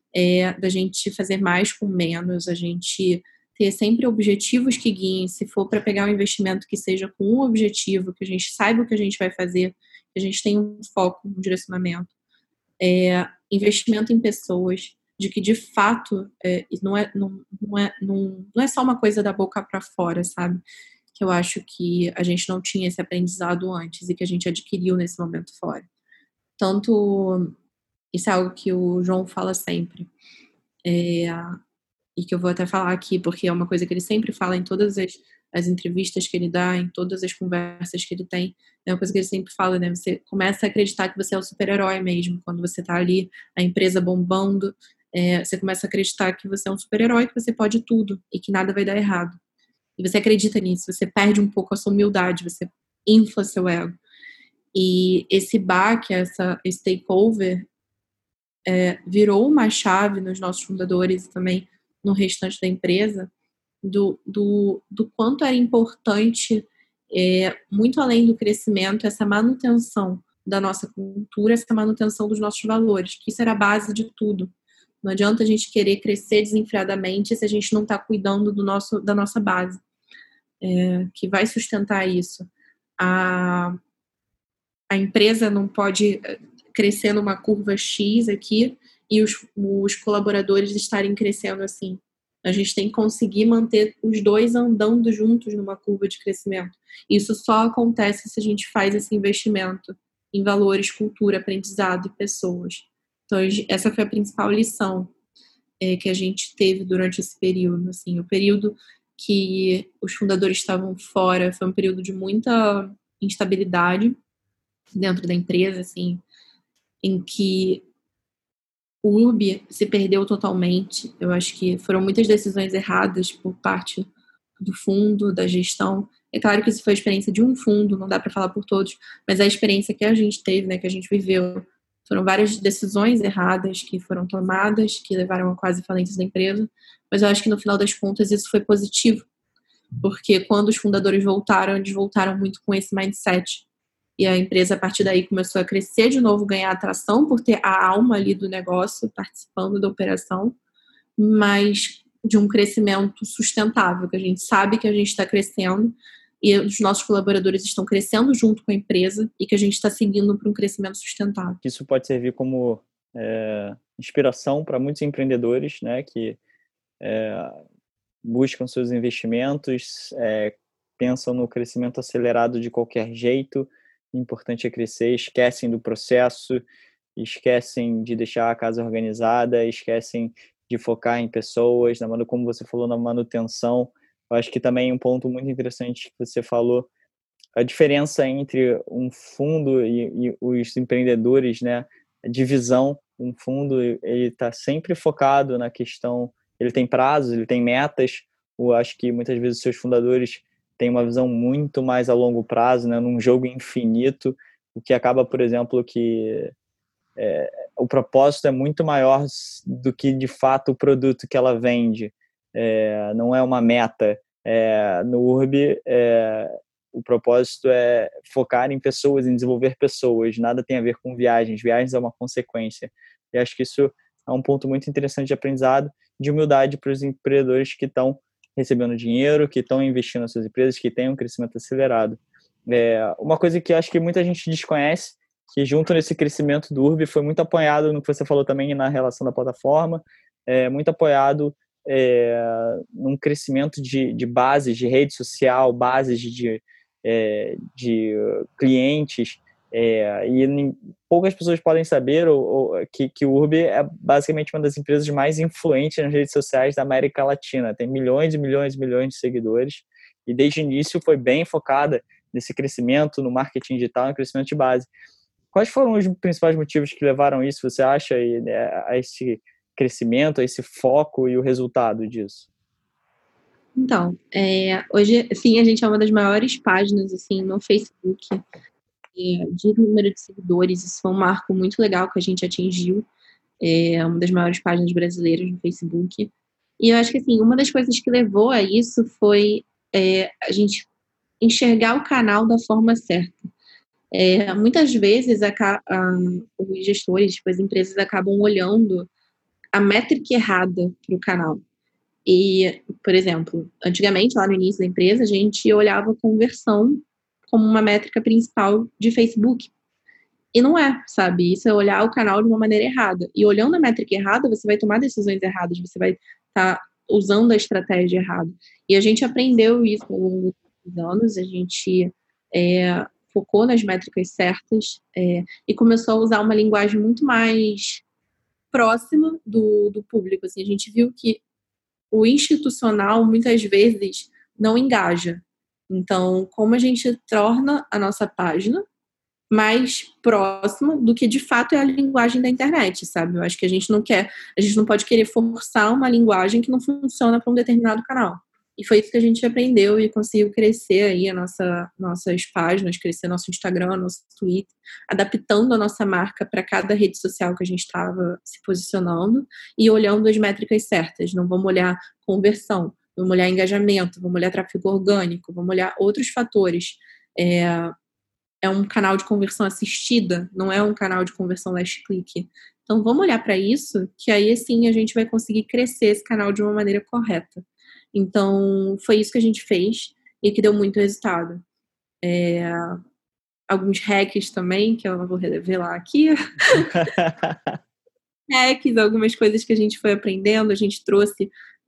da gente fazer mais com menos, a gente ter sempre objetivos que guiem, se for para pegar um investimento que seja com um objetivo, que a gente saiba o que a gente vai fazer, que a gente tenha um foco, um direcionamento. Investimento em pessoas, de que de fato não é só uma coisa da boca para fora, sabe? Que eu acho que a gente não tinha esse aprendizado antes e que a gente adquiriu nesse momento fora. Tanto, isso é algo que o João fala sempre, e que eu vou até falar aqui, porque é uma coisa que ele sempre fala em todas as entrevistas que ele dá, em todas as conversas que ele tem, é uma coisa que ele sempre fala, né? Você começa a acreditar que você é o super-herói mesmo, quando você tá ali, a empresa bombando, você começa a acreditar que você é um super-herói, que você pode tudo, e que nada vai dar errado. E você acredita nisso, você perde um pouco a sua humildade, você infla seu ego. E esse baque, esse takeover, virou uma chave nos nossos fundadores e também no restante da empresa, do quanto era importante, muito além do crescimento, essa manutenção da nossa cultura, essa manutenção dos nossos valores, que isso era a base de tudo. Não adianta a gente querer crescer desenfreadamente se a gente não está cuidando da nossa base, que vai sustentar isso. A empresa não pode crescer numa curva X aqui e os colaboradores estarem crescendo assim. A gente tem que conseguir manter os dois andando juntos numa curva de crescimento. Isso só acontece se a gente faz esse investimento em valores, cultura, aprendizado e pessoas. Então, essa foi a principal lição que a gente teve durante esse período. Assim, o período que os fundadores estavam fora foi um período de muita instabilidade dentro da empresa, assim, em que o URB se perdeu totalmente. Eu acho que foram muitas decisões erradas por parte do fundo, da gestão. É claro que isso foi a experiência de um fundo, não dá para falar por todos, mas a experiência que a gente teve, né, que a gente viveu, foram várias decisões erradas que foram tomadas, que levaram a quase falência da empresa, mas eu acho que no final das contas isso foi positivo, porque quando os fundadores voltaram, eles voltaram muito com esse mindset. E a empresa, a partir daí, começou a crescer de novo, ganhar atração por ter a alma ali do negócio, participando da operação, mas de um crescimento sustentável, que a gente sabe que a gente está crescendo e os nossos colaboradores estão crescendo junto com a empresa e que a gente está seguindo para um crescimento sustentável. Isso pode servir como inspiração para muitos empreendedores, né, que buscam seus investimentos, pensam no crescimento acelerado de qualquer jeito. O importante é crescer, esquecem do processo, esquecem de deixar a casa organizada, esquecem de focar em pessoas, como você falou, na manutenção. Eu acho que também um ponto muito interessante que você falou, a diferença entre um fundo e os empreendedores, né? A divisão, um fundo, ele está sempre focado na questão, ele tem prazos, ele tem metas. Eu acho que muitas vezes os seus fundadores têm uma visão muito mais a longo prazo, né? Num jogo infinito, o que acaba, por exemplo, que o propósito é muito maior do que, de fato, o produto que ela vende. Não é uma meta. No URB, o propósito é focar em pessoas, em desenvolver pessoas. Nada tem a ver com viagens. Viagens é uma consequência. E acho que isso é um ponto muito interessante de aprendizado, de humildade para os empreendedores que estão recebendo dinheiro, que estão investindo nas suas empresas, que têm um crescimento acelerado. Uma coisa que acho que muita gente desconhece, que junto nesse crescimento do URB foi muito apoiado no que você falou também na relação da plataforma, muito apoiado num crescimento de bases de rede social, bases de clientes, e poucas pessoas podem saber que o URB é basicamente uma das empresas mais influentes nas redes sociais da América Latina. Tem milhões e milhões e milhões de seguidores, e desde o início foi bem focada nesse crescimento, no marketing digital, no crescimento de base. Quais foram os principais motivos que levaram isso, você acha, a esse crescimento, a esse foco e o resultado disso? Então, hoje, sim, a gente é uma das maiores páginas, assim, no Facebook, de número de seguidores. Isso foi um marco muito legal que a gente atingiu, uma das maiores páginas brasileiras no Facebook. E eu acho que, assim, uma das coisas que levou a isso foi a gente enxergar o canal da forma certa. Muitas vezes os gestores, as empresas acabam olhando a métrica errada para o canal. E, por exemplo, antigamente, lá no início da empresa, a gente olhava a conversão como uma métrica principal de Facebook. E não é, sabe? Isso é olhar o canal de uma maneira errada. E olhando a métrica errada, você vai tomar decisões erradas, você vai estar usando a estratégia errada. E a gente aprendeu isso ao longo dos anos, a gente focou nas métricas certas e começou a usar uma linguagem muito mais próxima do público. Assim, a gente viu que o institucional, muitas vezes, não engaja. Então, como a gente torna a nossa página mais próxima do que de fato é a linguagem da internet, sabe? Eu acho que a gente não pode querer forçar uma linguagem que não funciona para um determinado canal. E foi isso que a gente aprendeu e conseguiu crescer aí nossas páginas, crescer nosso Instagram, nosso Twitter, adaptando a nossa marca para cada rede social que a gente estava se posicionando e olhando as métricas certas. Não vamos olhar conversão, vamos olhar engajamento, vamos olhar tráfego orgânico, vamos olhar outros fatores. É um canal de conversão assistida, não é um canal de conversão last click. Então vamos olhar para isso, que aí sim a gente vai conseguir crescer esse canal de uma maneira correta. Então foi isso que a gente fez e que deu muito resultado. Alguns hacks também, que eu não vou revelar aqui. Hacks, algumas coisas que a gente foi aprendendo, a gente trouxe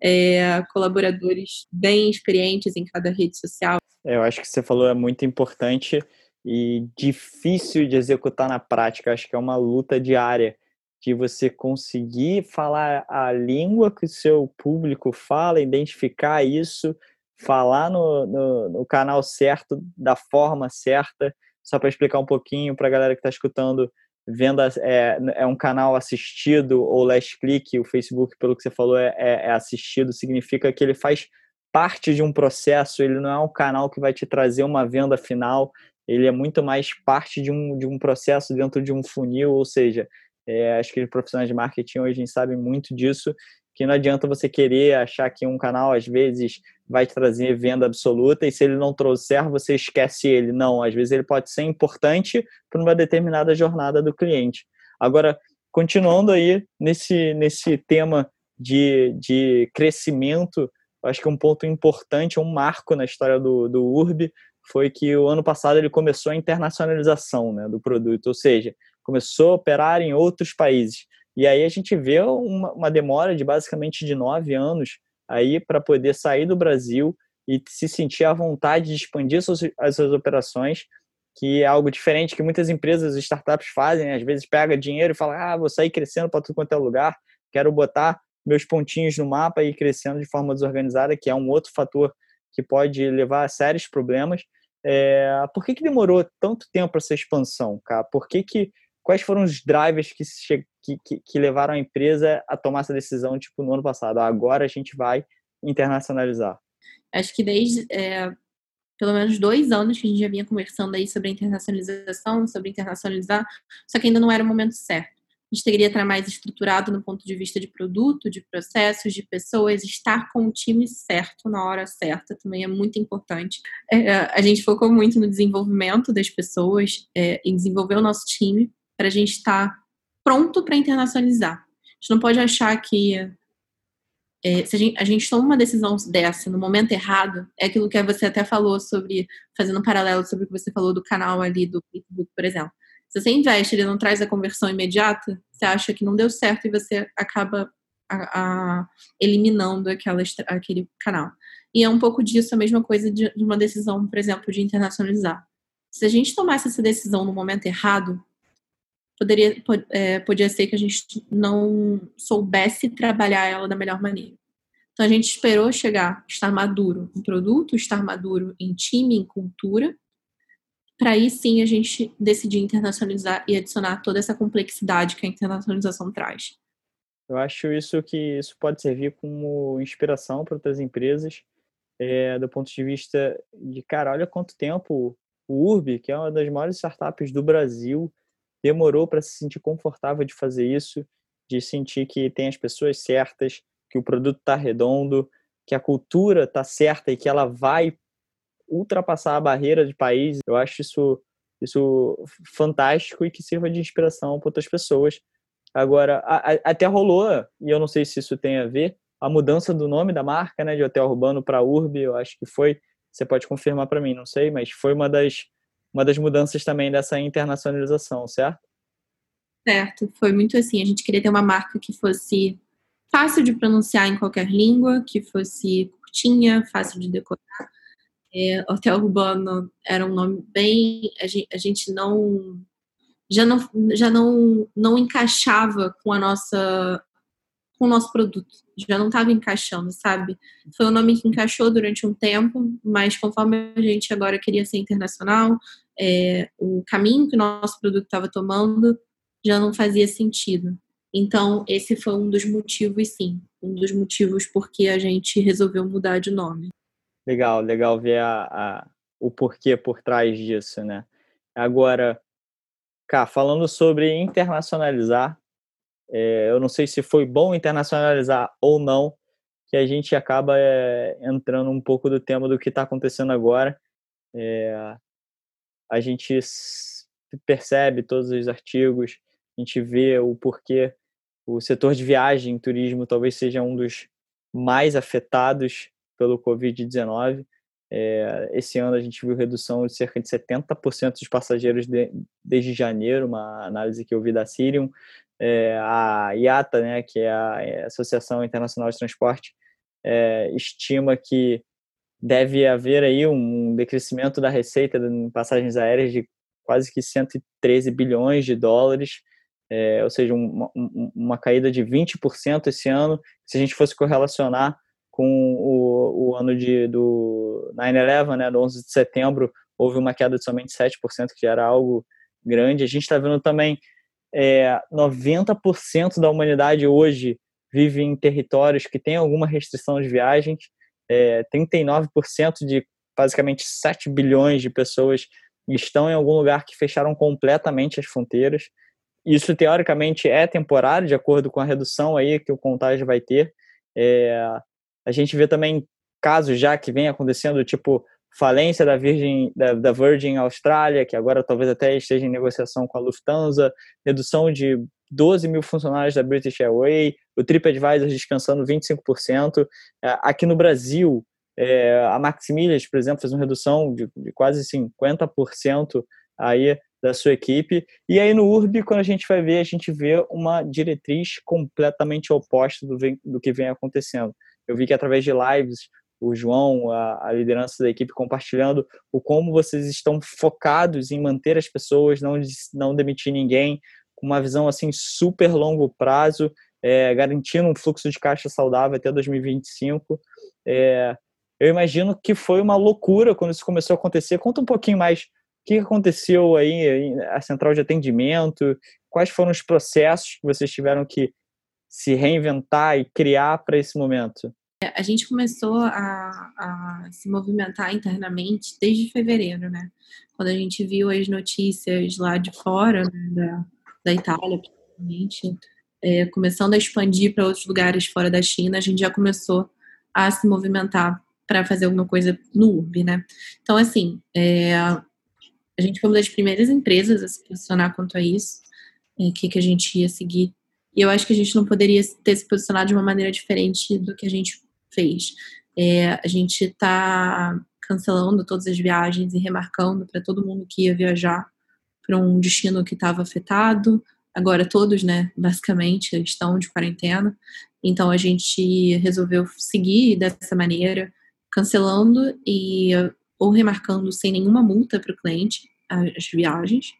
colaboradores bem experientes em cada rede social. Eu acho que você falou é muito importante e difícil de executar na prática. Acho que é uma luta diária de você conseguir falar a língua que o seu público fala, identificar isso, falar no canal certo, da forma certa. Só para explicar um pouquinho para a galera que está escutando, vendas é um canal assistido ou last click. O Facebook, pelo que você falou, é assistido, significa que ele faz parte de um processo, ele não é um canal que vai te trazer uma venda final, ele é muito mais parte de um processo dentro de um funil, ou seja, acho que os profissionais de marketing hoje sabem muito disso, que não adianta você querer achar que um canal, às vezes, vai te trazer venda absoluta, e se ele não trouxer, você esquece ele. Não, às vezes ele pode ser importante para uma determinada jornada do cliente. Agora, continuando aí nesse tema de crescimento, acho que um ponto importante, um marco na história do Urb, foi que o ano passado ele começou a internacionalização, né, do produto, ou seja, começou a operar em outros países. E aí a gente vê uma demora de basicamente de 9 anos aí para poder sair do Brasil e se sentir à vontade de expandir as suas operações, que é algo diferente que muitas empresas, startups fazem, né? Às vezes pega dinheiro e fala, vou sair crescendo para tudo quanto é lugar, quero botar meus pontinhos no mapa e ir crescendo de forma desorganizada, que é um outro fator que pode levar a sérios problemas. Por que demorou tanto tempo essa expansão, cara? Quais foram os drivers que levaram a empresa a tomar essa decisão, tipo, no ano passado? Agora a gente vai internacionalizar. Acho que desde pelo menos 2 anos que a gente já vinha conversando aí sobre a internacionalização, sobre internacionalizar, só que ainda não era o momento certo. A gente teria que estar mais estruturado no ponto de vista de produto, de processos, de pessoas, estar com o time certo na hora certa também é muito importante. A gente focou muito no desenvolvimento das pessoas e desenvolver o nosso time para a gente estar pronto para internacionalizar. A gente não pode achar que se a gente toma uma decisão dessa no momento errado, é aquilo que você até falou sobre, fazendo um paralelo sobre o que você falou do canal ali do Facebook, por exemplo. Se você investe, ele não traz a conversão imediata, você acha que não deu certo e você acaba eliminando aquele canal. E é um pouco disso, a mesma coisa de uma decisão, por exemplo, de internacionalizar. Se a gente tomasse essa decisão no momento errado, podia ser que a gente não soubesse trabalhar ela da melhor maneira. Então a gente esperou estar maduro em produto, estar maduro em time, em cultura, para aí sim a gente decidir internacionalizar e adicionar toda essa complexidade que a internacionalização traz. Eu acho que isso pode servir como inspiração para outras empresas, do ponto de vista de, cara, olha quanto tempo o Urb, que é uma das maiores startups do Brasil, demorou para se sentir confortável de fazer isso, de sentir que tem as pessoas certas, que o produto está redondo, que a cultura está certa e que ela vai ultrapassar a barreira de país. Eu acho isso fantástico e que sirva de inspiração para outras pessoas Agora, até rolou, e eu não sei se isso tem a ver, a mudança do nome da marca, né, de Hotel Urbano para Urb, eu acho que foi, você pode confirmar para mim, não sei, mas foi uma das mudanças também dessa internacionalização, certo? Certo, foi muito assim, a gente queria ter uma marca que fosse fácil de pronunciar em qualquer língua, que fosse curtinha, fácil de decorar. Hotel Urbano era um nome bem... A gente não... Já não encaixava com com o nosso produto. Já não estava encaixando, sabe? Foi um nome que encaixou durante um tempo, mas conforme a gente agora queria ser internacional, o caminho que o nosso produto estava tomando já não fazia sentido. Então, esse foi um dos motivos, sim. Um dos motivos porque a gente resolveu mudar de nome. Legal ver o porquê por trás disso, né? Agora, cá, falando sobre internacionalizar, eu não sei se foi bom internacionalizar ou não, que a gente acaba entrando um pouco do tema do que está acontecendo agora. A gente percebe todos os artigos, a gente vê o porquê o setor de viagem e turismo talvez seja um dos mais afetados pelo Covid-19. Esse ano a gente viu redução de cerca de 70% dos passageiros desde janeiro, uma análise que eu vi da Cirium. A IATA, né, que é a Associação Internacional de Transporte, estima que deve haver aí um decrescimento da receita em passagens aéreas de quase que 113 bilhões de dólares, ou seja, uma caída de 20% esse ano. Se a gente fosse correlacionar com o ano do 9/11, né, do 11 de setembro, houve uma queda de somente 7%, que já era algo grande. A gente está vendo também 90% da humanidade hoje vive em territórios que têm alguma restrição de viagens, 39% de basicamente 7 bilhões de pessoas estão em algum lugar que fecharam completamente as fronteiras. Isso, teoricamente, é temporário, de acordo com a redução aí que o contágio vai ter. A gente vê também casos já que vem acontecendo, tipo falência da Virgin Austrália, que agora talvez até esteja em negociação com a Lufthansa, redução de 12 mil funcionários da British Airways, o TripAdvisor descansando 25%. Aqui no Brasil, a Maximilias, por exemplo, fez uma redução de quase 50% aí da sua equipe. E aí no Urb, quando a gente vai ver, a gente vê uma diretriz completamente oposta do que vem acontecendo. Eu vi que através de lives, o João, a liderança da equipe, compartilhando o como vocês estão focados em manter as pessoas, não demitir ninguém, com uma visão assim super longo prazo, garantindo um fluxo de caixa saudável até 2025. Eu imagino que foi uma loucura quando isso começou a acontecer. Conta um pouquinho mais o que aconteceu aí, a central de atendimento, quais foram os processos que vocês tiveram que se reinventar e criar para esse momento? A gente começou a se movimentar internamente desde fevereiro, né? Quando a gente viu as notícias lá de fora, né, da Itália, principalmente, começando a expandir para outros lugares fora da China, a gente já começou a se movimentar para fazer alguma coisa no Urb, né? Então, assim, a gente foi uma das primeiras empresas a se posicionar quanto a isso, que a gente ia seguir. E eu acho que a gente não poderia ter se posicionado de uma maneira diferente do que a gente fez. A gente está cancelando todas as viagens e remarcando para todo mundo que ia viajar para um destino que estava afetado. Agora todos, né, basicamente, estão de quarentena. Então a gente resolveu seguir dessa maneira, cancelando ou remarcando sem nenhuma multa para o cliente as viagens.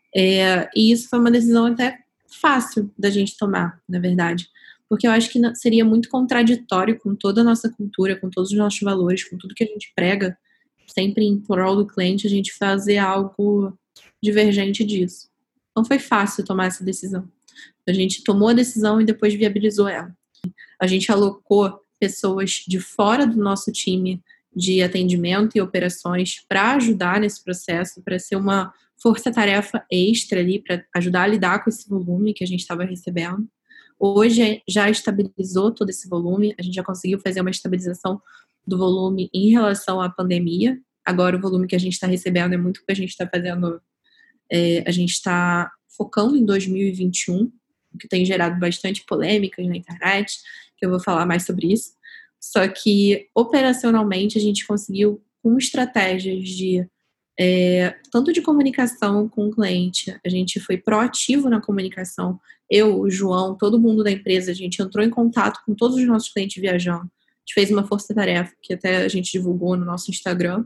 E isso foi uma decisão até fácil da gente tomar, na verdade, porque eu acho que seria muito contraditório com toda a nossa cultura, com todos os nossos valores, com tudo que a gente prega, sempre em prol do cliente, a gente fazer algo divergente disso. Então foi fácil tomar essa decisão. A gente tomou a decisão e depois viabilizou ela. A gente alocou pessoas de fora do nosso time de atendimento e operações para ajudar nesse processo, para ser uma força-tarefa extra ali, para ajudar a lidar com esse volume que a gente estava recebendo. Hoje já estabilizou todo esse volume, a gente já conseguiu fazer uma estabilização do volume em relação à pandemia. Agora o volume que a gente está recebendo é muito o que a gente está fazendo, a gente está focando em 2021, que tem gerado bastante polêmicas na internet, que eu vou falar mais sobre isso. Só que, operacionalmente, a gente conseguiu, com estratégias de tanto de comunicação com o cliente, a gente foi proativo na comunicação. Eu, o João, todo mundo da empresa, a gente entrou em contato com todos os nossos clientes viajando. A gente fez uma força-tarefa, que até a gente divulgou no nosso Instagram,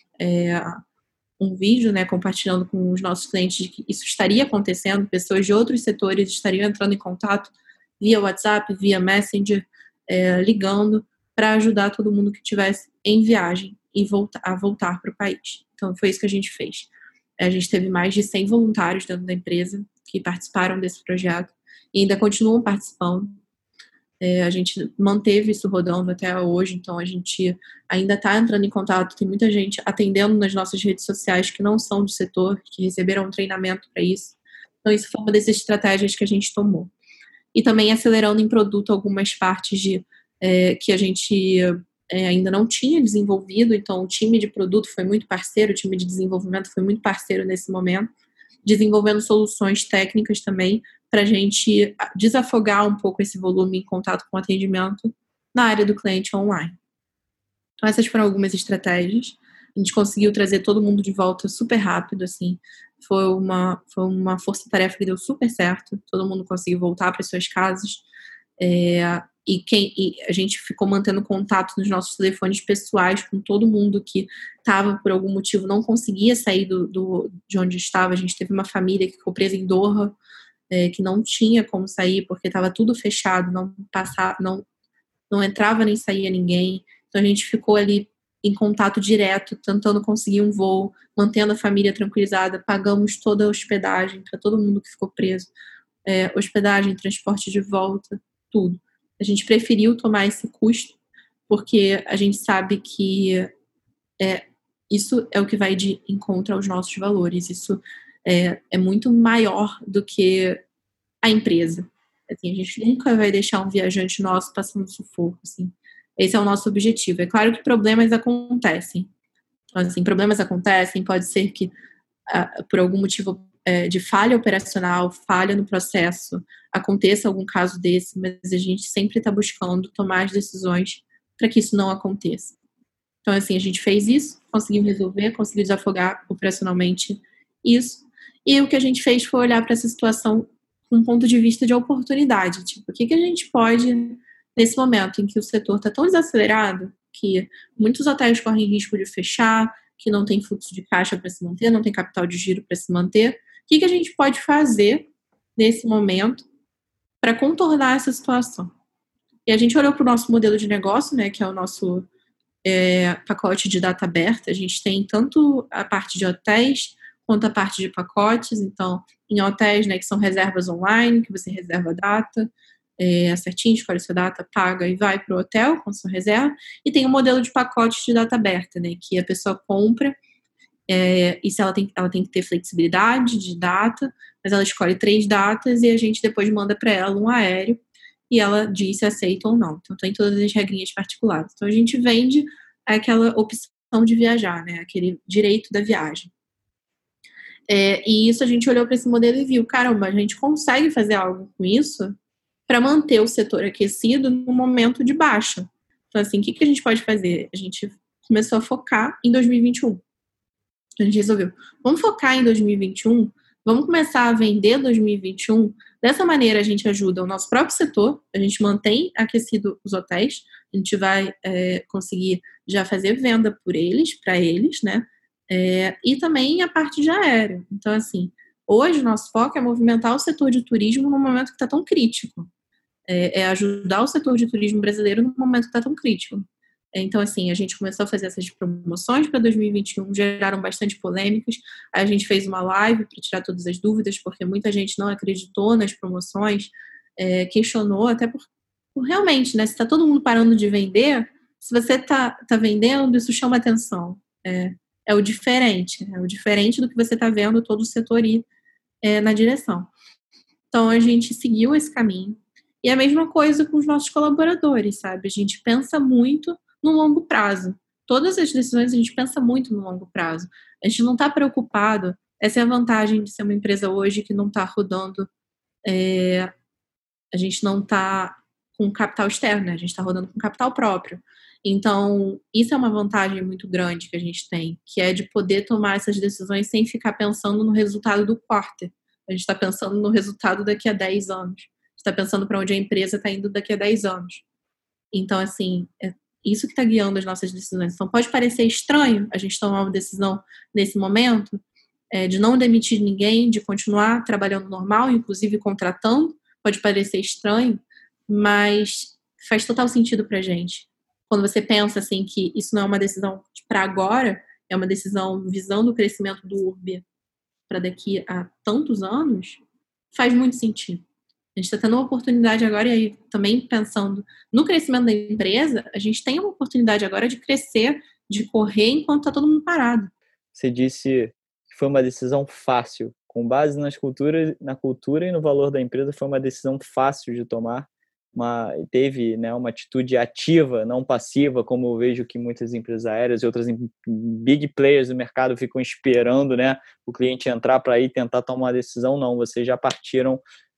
um vídeo, né, compartilhando com os nossos clientes de que isso estaria acontecendo, pessoas de outros setores estariam entrando em contato via WhatsApp, via Messenger, ligando para ajudar todo mundo que estivesse em viagem e voltar para o país. Então, foi isso que a gente fez. A gente teve mais de 100 voluntários dentro da empresa que participaram desse projeto e ainda continuam participando. A gente manteve isso rodando até hoje, então a gente ainda está entrando em contato, tem muita gente atendendo nas nossas redes sociais que não são do setor, que receberam um treinamento para isso. Então isso foi uma dessas estratégias que a gente tomou. E também acelerando em produto algumas partes que a gente ainda não tinha desenvolvido, então o time de produto foi muito parceiro, o time de desenvolvimento foi muito parceiro nesse momento, desenvolvendo soluções técnicas também, para a gente desafogar um pouco esse volume em contato com o atendimento na área do cliente online. Então, essas foram algumas estratégias. A gente conseguiu trazer todo mundo de volta super rápido, assim. Foi uma força-tarefa que deu super certo. Todo mundo conseguiu voltar para suas casas. E a gente ficou mantendo contato nos nossos telefones pessoais com todo mundo que estava, por algum motivo, não conseguia sair de onde estava. A gente teve uma família que ficou presa em Doha, que não tinha como sair porque estava tudo fechado, não entrava nem saía ninguém. Então a gente ficou ali em contato direto, tentando conseguir um voo, mantendo a família tranquilizada, pagamos toda a hospedagem para todo mundo que ficou preso, hospedagem, transporte de volta, tudo. A gente preferiu tomar esse custo porque a gente sabe que isso é o que vai de encontro aos nossos valores, isso é muito maior do que a empresa. Assim, a gente nunca vai deixar um viajante nosso passando sufoco. Assim. Esse é o nosso objetivo. É claro que problemas acontecem. Assim, problemas acontecem, pode ser que por algum motivo de falha operacional, falha no processo, aconteça algum caso desse, mas a gente sempre está buscando tomar as decisões para que isso não aconteça. Então, assim, a gente fez isso, conseguiu resolver, conseguiu desafogar operacionalmente isso. E o que a gente fez foi olhar para essa situação com um ponto de vista de oportunidade. Tipo, o que a gente pode, nesse momento em que o setor está tão desacelerado, que muitos hotéis correm risco de fechar, que não tem fluxo de caixa para se manter, não tem capital de giro para se manter, o que a gente pode fazer nesse momento para contornar essa situação? E a gente olhou para o nosso modelo de negócio, né, que é o nosso pacote de data aberta. A gente tem tanto a parte de hotéis quanto a parte de pacotes. Então, em hotéis, né, que são reservas online, que você reserva a data, certinho, escolhe sua data, paga e vai para o hotel com sua reserva. E tem o modelo de pacotes de data aberta, né, que a pessoa compra, e se ela tem que ter flexibilidade de data, mas ela escolhe 3 datas e a gente depois manda para ela um aéreo e ela diz se aceita ou não. Então, tem todas as regrinhas particulares. Então, a gente vende aquela opção de viajar, né, aquele direito da viagem. E isso a gente olhou para esse modelo e viu, caramba, a gente consegue fazer algo com isso para manter o setor aquecido no momento de baixa. Então, assim, o que a gente pode fazer? A gente começou a focar em 2021. A gente resolveu, vamos focar em 2021, vamos começar a vender 2021. Dessa maneira, a gente ajuda o nosso próprio setor, a gente mantém aquecido os hotéis, a gente vai conseguir já fazer venda por eles, para eles, né? E também a parte de aéreo. Então, assim, hoje o nosso foco é movimentar o setor de turismo no momento que está tão crítico. Ajudar o setor de turismo brasileiro no momento que está tão crítico. Então, assim, a gente começou a fazer essas promoções para 2021, geraram bastante polêmicas. A gente fez uma live para tirar todas as dúvidas, porque muita gente não acreditou nas promoções, questionou, até por realmente, né? Se está todo mundo parando de vender, se você está vendendo, isso chama atenção. É o diferente, né? É o diferente do que você está vendo todo o setor ir na direção. Então, a gente seguiu esse caminho. E a mesma coisa com os nossos colaboradores, sabe? A gente pensa muito no longo prazo. Todas as decisões a gente pensa muito no longo prazo. A gente não está preocupado. Essa é a vantagem de ser uma empresa hoje que não está rodando a gente não está com capital externo, né? A gente está rodando com capital próprio. Então, isso é uma vantagem muito grande que a gente tem, que é de poder tomar essas decisões sem ficar pensando no resultado do quarter. A gente está pensando no resultado daqui a 10 anos. Está pensando para onde a empresa está indo daqui a 10 anos. Então, assim, é isso que está guiando as nossas decisões. Então, pode parecer estranho a gente tomar uma decisão nesse momento, de não demitir ninguém, de continuar trabalhando normal, inclusive contratando. Pode parecer estranho, mas faz total sentido para a gente. Quando você pensa assim que isso não é uma decisão para agora, é uma decisão visando o crescimento do Urbia para daqui a tantos anos, faz muito sentido. A gente está tendo uma oportunidade agora, e aí também pensando no crescimento da empresa, a gente tem uma oportunidade agora de crescer, de correr enquanto está todo mundo parado. Você disse que foi uma decisão fácil, com base na cultura e no valor da empresa, foi uma decisão fácil de tomar. Teve, né, uma atitude ativa, não passiva, como eu vejo que muitas empresas aéreas e outras big players do mercado ficam esperando, né, o cliente entrar para aí tentar tomar uma decisão. Não, vocês já partiram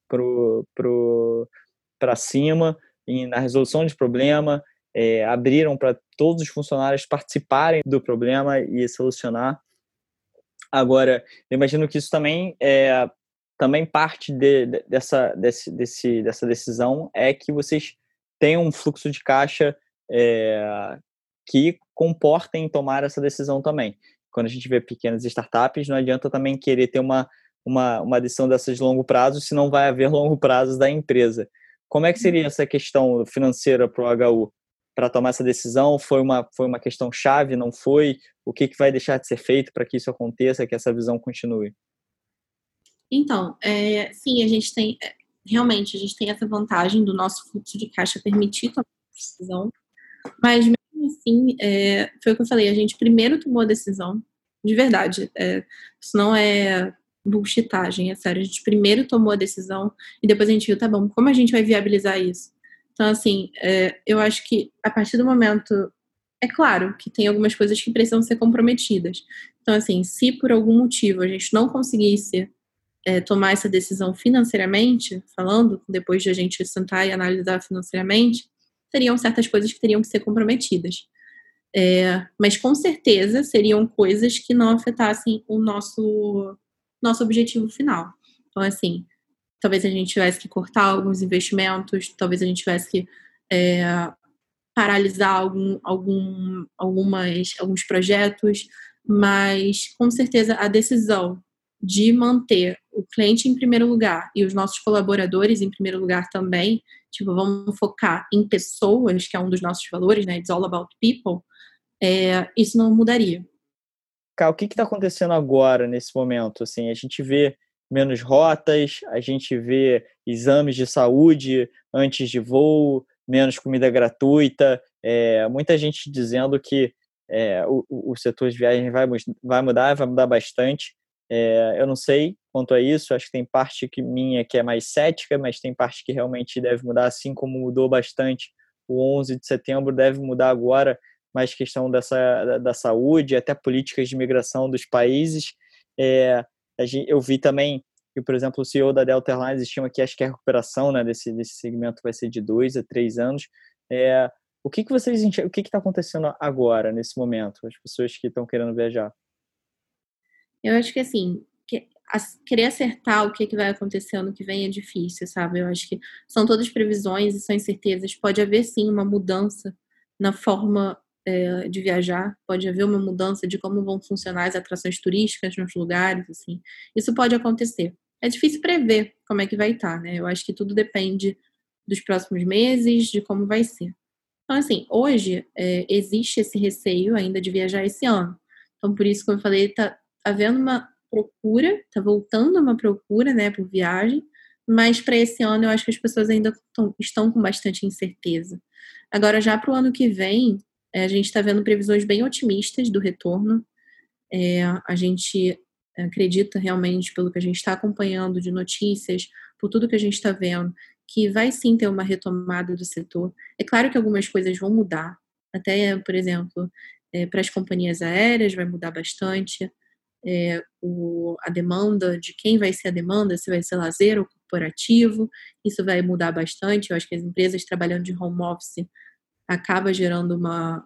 para cima na resolução de problema, abriram para todos os funcionários participarem do problema e solucionar. Agora, eu imagino que isso também parte dessa decisão é que vocês tenham um fluxo de caixa que comportem tomar essa decisão também. Quando a gente vê pequenas startups, não adianta também querer ter uma decisão dessas de longo prazo, se não vai haver longo prazo da empresa. Como é que seria essa questão financeira para o HU? Para tomar essa decisão, foi uma questão chave, não foi? O que vai deixar de ser feito para que isso aconteça, que essa visão continue? Então, sim, a gente tem essa vantagem do nosso fluxo de caixa permitir tomar a decisão, mas mesmo assim, foi o que eu falei, a gente primeiro tomou a decisão, de verdade, isso não é bullshitagem, é sério, a gente primeiro tomou a decisão e depois a gente viu, tá bom, como a gente vai viabilizar isso? Então, assim, eu acho que a partir do momento, é claro que tem algumas coisas que precisam ser comprometidas. Então, assim, se por algum motivo a gente não conseguisse tomar essa decisão financeiramente, falando, depois de a gente sentar e analisar financeiramente, seriam certas coisas que teriam que ser comprometidas. Mas com certeza seriam coisas que não afetassem o nosso objetivo final. Então, assim, talvez a gente tivesse que cortar alguns investimentos, talvez a gente tivesse que paralisar alguns projetos, mas com certeza a decisão de manter o cliente em primeiro lugar e os nossos colaboradores em primeiro lugar também, tipo, vamos focar em pessoas, que é um dos nossos valores, né? It's all about people. Isso não mudaria. Cara, o que está acontecendo agora, nesse momento? Assim, a gente vê menos rotas, a gente vê exames de saúde antes de voo, menos comida gratuita, muita gente dizendo que o setor de viagem vai mudar bastante. Eu não sei quanto a isso, acho que tem parte minha que é mais cética, mas tem parte que realmente deve mudar, assim como mudou bastante o 11 de setembro, deve mudar agora, mais questão da saúde, até políticas de migração dos países. Eu vi também que, por exemplo, o CEO da Delta Airlines estima que acho que a recuperação, né, desse segmento vai ser de 2 a 3 anos. O que vocês enxergam? O que está acontecendo agora, nesse momento, as pessoas que estão querendo viajar? Eu acho que, assim, querer acertar o que vai acontecer ano que vem é difícil, sabe? Eu acho que são todas previsões e são incertezas. Pode haver, sim, uma mudança na forma de viajar, pode haver uma mudança de como vão funcionar as atrações turísticas nos lugares, assim. Isso pode acontecer. É difícil prever como é que vai estar, né? Eu acho que tudo depende dos próximos meses, de como vai ser. Então, assim, hoje existe esse receio ainda de viajar esse ano. Então, por isso, como eu falei, tá havendo uma procura, tá voltando uma procura, né, por viagem, mas para esse ano eu acho que as pessoas ainda estão com bastante incerteza. Agora, já para o ano que vem, a gente está vendo previsões bem otimistas do retorno. A gente acredita realmente, pelo que a gente está acompanhando de notícias, por tudo que a gente está vendo, que vai sim ter uma retomada do setor. É claro que algumas coisas vão mudar, até, por exemplo, para as companhias aéreas vai mudar bastante, a demanda, de quem vai ser a demanda, se vai ser lazer ou corporativo, isso vai mudar bastante. Eu acho que as empresas trabalhando de home office acaba gerando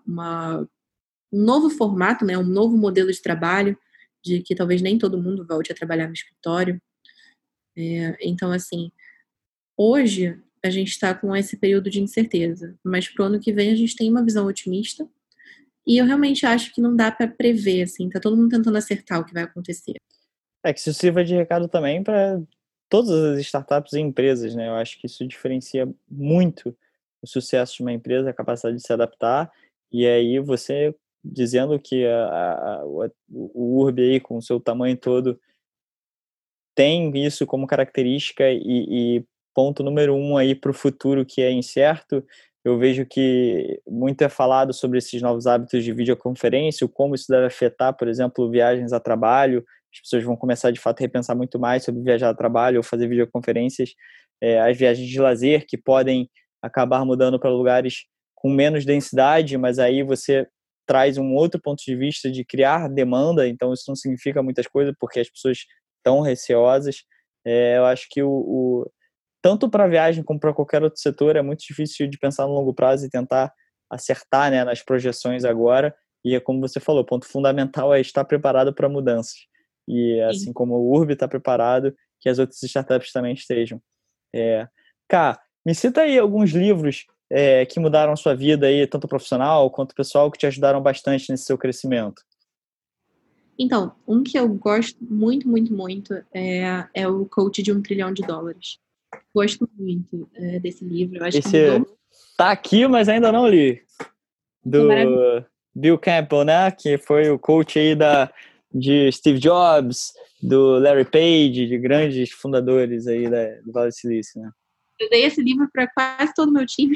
um novo formato, né? Um novo modelo de trabalho, de que talvez nem todo mundo volte a trabalhar no escritório. Então, assim, hoje a gente está com esse período de incerteza, mas pro ano que vem a gente tem uma visão otimista e eu realmente acho que não dá para prever, assim, tá todo mundo tentando acertar o que vai acontecer. Que isso sirva de recado também para todas as startups e empresas, né? Eu acho que isso diferencia muito o sucesso de uma empresa, a capacidade de se adaptar, e aí você dizendo que o Urb aí, com o seu tamanho todo, tem isso como característica e ponto número 1 aí para o futuro que é incerto. Eu vejo que muito é falado sobre esses novos hábitos de videoconferência, o como isso deve afetar, por exemplo, viagens a trabalho. As pessoas vão começar, de fato, a repensar muito mais sobre viajar a trabalho ou fazer videoconferências. As viagens de lazer, que podem acabar mudando para lugares com menos densidade, mas aí você traz um outro ponto de vista de criar demanda, então isso não significa muitas coisas, porque as pessoas tão receosas. Eu acho que tanto para a viagem como para qualquer outro setor é muito difícil de pensar no longo prazo e tentar acertar, né, nas projeções agora. E é como você falou, o ponto fundamental é estar preparado para mudanças. E assim como o Urb está preparado, que as outras startups também estejam. Cá, me cita aí alguns livros que mudaram a sua vida aí, tanto profissional quanto pessoal, que te ajudaram bastante nesse seu crescimento. Então, um que eu gosto muito, muito, muito é o Coach de $1 trilhão. Gosto muito desse livro. Eu acho que mudou. Tá aqui, mas ainda não li. Do Bill Campbell, né? Que foi o coach aí de Steve Jobs, do Larry Page, de grandes fundadores aí do Vale do Silício, né? Eu dei esse livro para quase todo o meu time.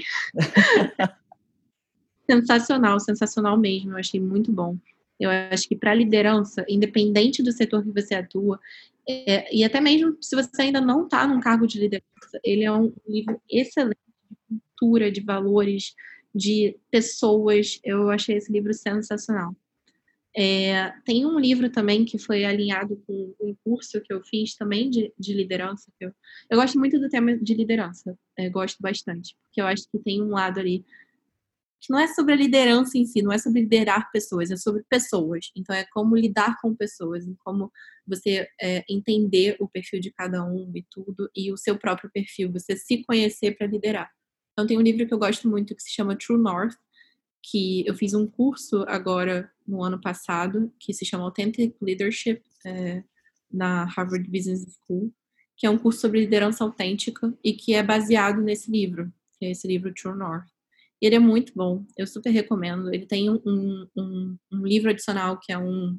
Sensacional, sensacional mesmo. Eu achei muito bom. Eu acho que para liderança, independente do setor que você atua, e até mesmo se você ainda não está num cargo de liderança, ele é um livro excelente de cultura, de valores, de pessoas. Eu achei esse livro sensacional. Tem um livro também que foi alinhado com um curso que eu fiz também de liderança. Eu gosto muito do tema de liderança, gosto bastante, porque eu acho que tem um lado ali que não é sobre a liderança em si, não é sobre liderar pessoas, é sobre pessoas. Então, é como lidar com pessoas, e como você entender o perfil de cada um e tudo, e o seu próprio perfil, você se conhecer para liderar. Então, tem um livro que eu gosto muito que se chama True North, que eu fiz um curso agora no ano passado, que se chama Authentic Leadership, na Harvard Business School, que é um curso sobre liderança autêntica e que é baseado nesse livro, que é esse livro True North. Ele é muito bom, eu super recomendo. Ele tem um livro adicional que é um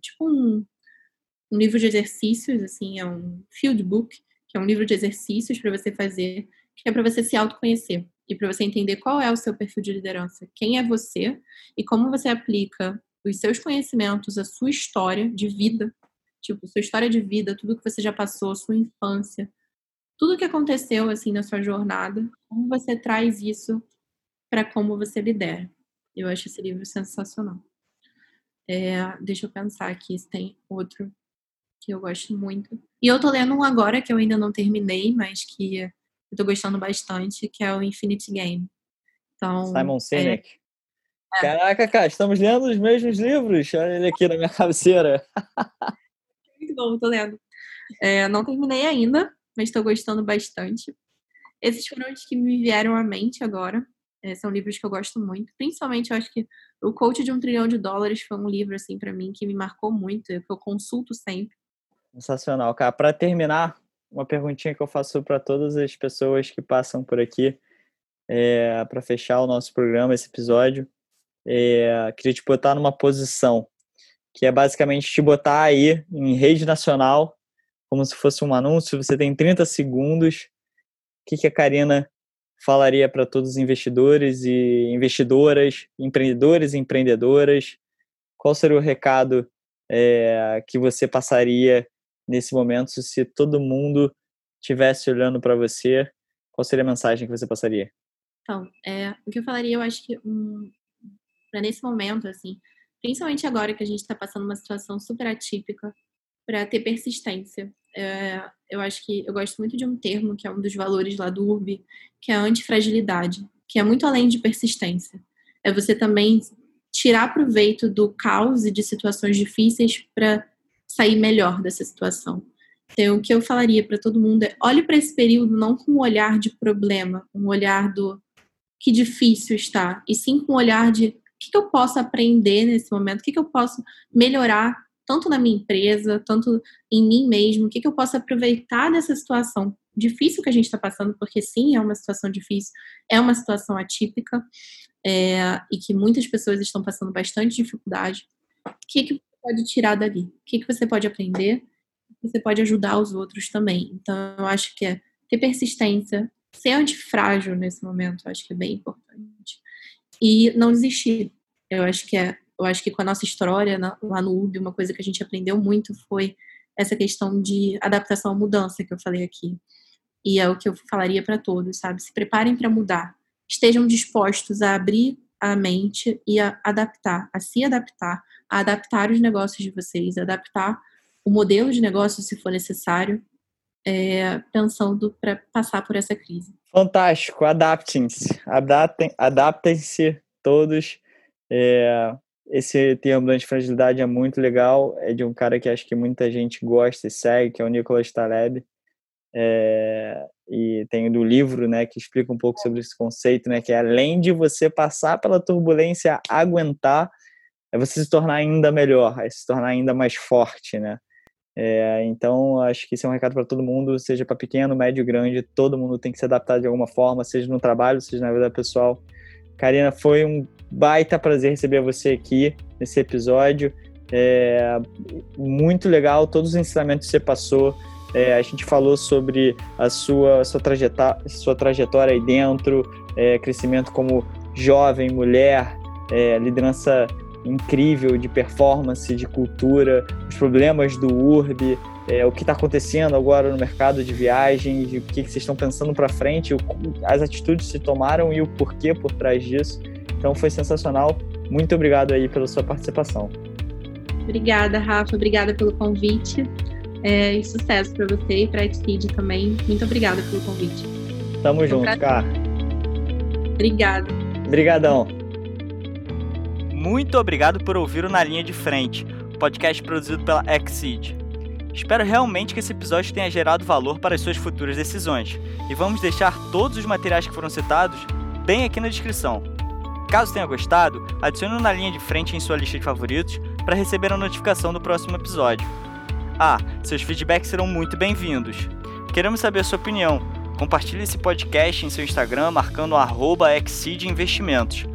livro de exercícios, assim, é um field book, que é um livro de exercícios para você fazer, que é para você se autoconhecer e para você entender qual é o seu perfil de liderança, quem é você e como você aplica os seus conhecimentos, a sua história de vida, tipo, sua história de vida, tudo que você já passou, sua infância, tudo que aconteceu, assim, na sua jornada, como você traz isso para como você lidera. Eu acho esse livro sensacional. Deixa eu pensar aqui se tem outro que eu gosto muito. E eu tô lendo um agora que eu ainda não terminei, mas que eu tô gostando bastante, que é o Infinity Game. Então, Simon Sinek. Caraca, cara, estamos lendo os mesmos livros. Olha ele aqui na minha cabeceira. Muito bom, tô lendo. Não terminei ainda, mas tô gostando bastante. Esses foram os que me vieram à mente agora. São livros que eu gosto muito. Principalmente, eu acho que o Coach de $1 trilhão foi um livro, assim, para mim, que me marcou muito, que eu consulto sempre. Sensacional, cara. Para terminar, uma perguntinha que eu faço para todas as pessoas que passam por aqui, para fechar o nosso programa, esse episódio. Queria te botar numa posição que é basicamente te botar aí em rede nacional, como se fosse um anúncio. Você tem 30 segundos. O que a Karina falaria para todos os investidores e investidoras, empreendedores e empreendedoras? Qual seria o recado que você passaria nesse momento se todo mundo estivesse olhando para você? Qual seria a mensagem que você passaria? Então, o que eu falaria, eu acho que para nesse momento, assim, principalmente agora que a gente está passando uma situação super atípica, para ter persistência. Eu acho que eu gosto muito de um termo que é um dos valores lá do URB, que é a antifragilidade, que é muito além de persistência. É você também tirar proveito do caos e de situações difíceis para sair melhor dessa situação. Então, o que eu falaria para todo mundo é: olhe para esse período não com um olhar de problema, um olhar do que difícil está, e sim com um olhar de o que eu posso aprender nesse momento, o que eu posso melhorar, tanto na minha empresa, tanto em mim mesmo, o que eu posso aproveitar dessa situação difícil que a gente está passando, porque sim, é uma situação difícil, é uma situação atípica, e que muitas pessoas estão passando bastante dificuldade. O que você pode tirar dali? O que você pode aprender? Você pode ajudar os outros também. Então, eu acho que é ter persistência, ser antifrágil nesse momento, eu acho que é bem importante. E não desistir. Eu acho que com a nossa história lá no UB, uma coisa que a gente aprendeu muito foi essa questão de adaptação à mudança que eu falei aqui. E é o que eu falaria para todos, sabe? Se preparem para mudar. Estejam dispostos a abrir a mente e a adaptar, a se adaptar, a adaptar os negócios de vocês, a adaptar o modelo de negócio, se for necessário, pensando para passar por essa crise. Fantástico, adaptem-se todos. Esse termo da antifragilidade é muito legal, é de um cara que acho que muita gente gosta e segue, que é o Nicholas Taleb, e tem do livro, né, que explica um pouco sobre esse conceito, né, que é além de você passar pela turbulência, aguentar, é você se tornar ainda melhor, é se tornar ainda mais forte, né. Então, acho que esse é um recado para todo mundo, seja para pequeno, médio, grande, todo mundo tem que se adaptar de alguma forma, seja no trabalho, seja na vida pessoal. Karina, foi um baita prazer receber você aqui nesse episódio. Muito legal, todos os ensinamentos que você passou. A gente falou sobre a sua trajetória aí dentro, crescimento como jovem, mulher, liderança incrível de performance, de cultura, os problemas do URB, o que está acontecendo agora no mercado de viagens, o que vocês estão pensando para frente, as atitudes que se tomaram e o porquê por trás disso. Então foi sensacional. Muito obrigado aí pela sua participação. Obrigada, Rafa. Obrigada pelo convite. E sucesso para você e para a Exceed também. Muito obrigada pelo convite. Tamo junto, cara. Obrigada. Obrigadão. Muito obrigado por ouvir o Na Linha de Frente, podcast produzido pela Exceed. Espero realmente que esse episódio tenha gerado valor para as suas futuras decisões, e vamos deixar todos os materiais que foram citados bem aqui na descrição. Caso tenha gostado, adicione o Na Linha de Frente em sua lista de favoritos para receber a notificação do próximo episódio. Seus feedbacks serão muito bem-vindos. Queremos saber a sua opinião. Compartilhe esse podcast em seu Instagram marcando @Exceed Investimentos.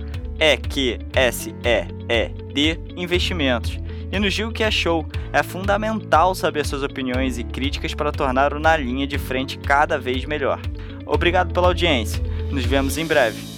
EQSEED Investimentos. E nos diga o que achou. É fundamental saber suas opiniões e críticas para tornar o Na Linha de Frente cada vez melhor. Obrigado pela audiência. Nos vemos em breve.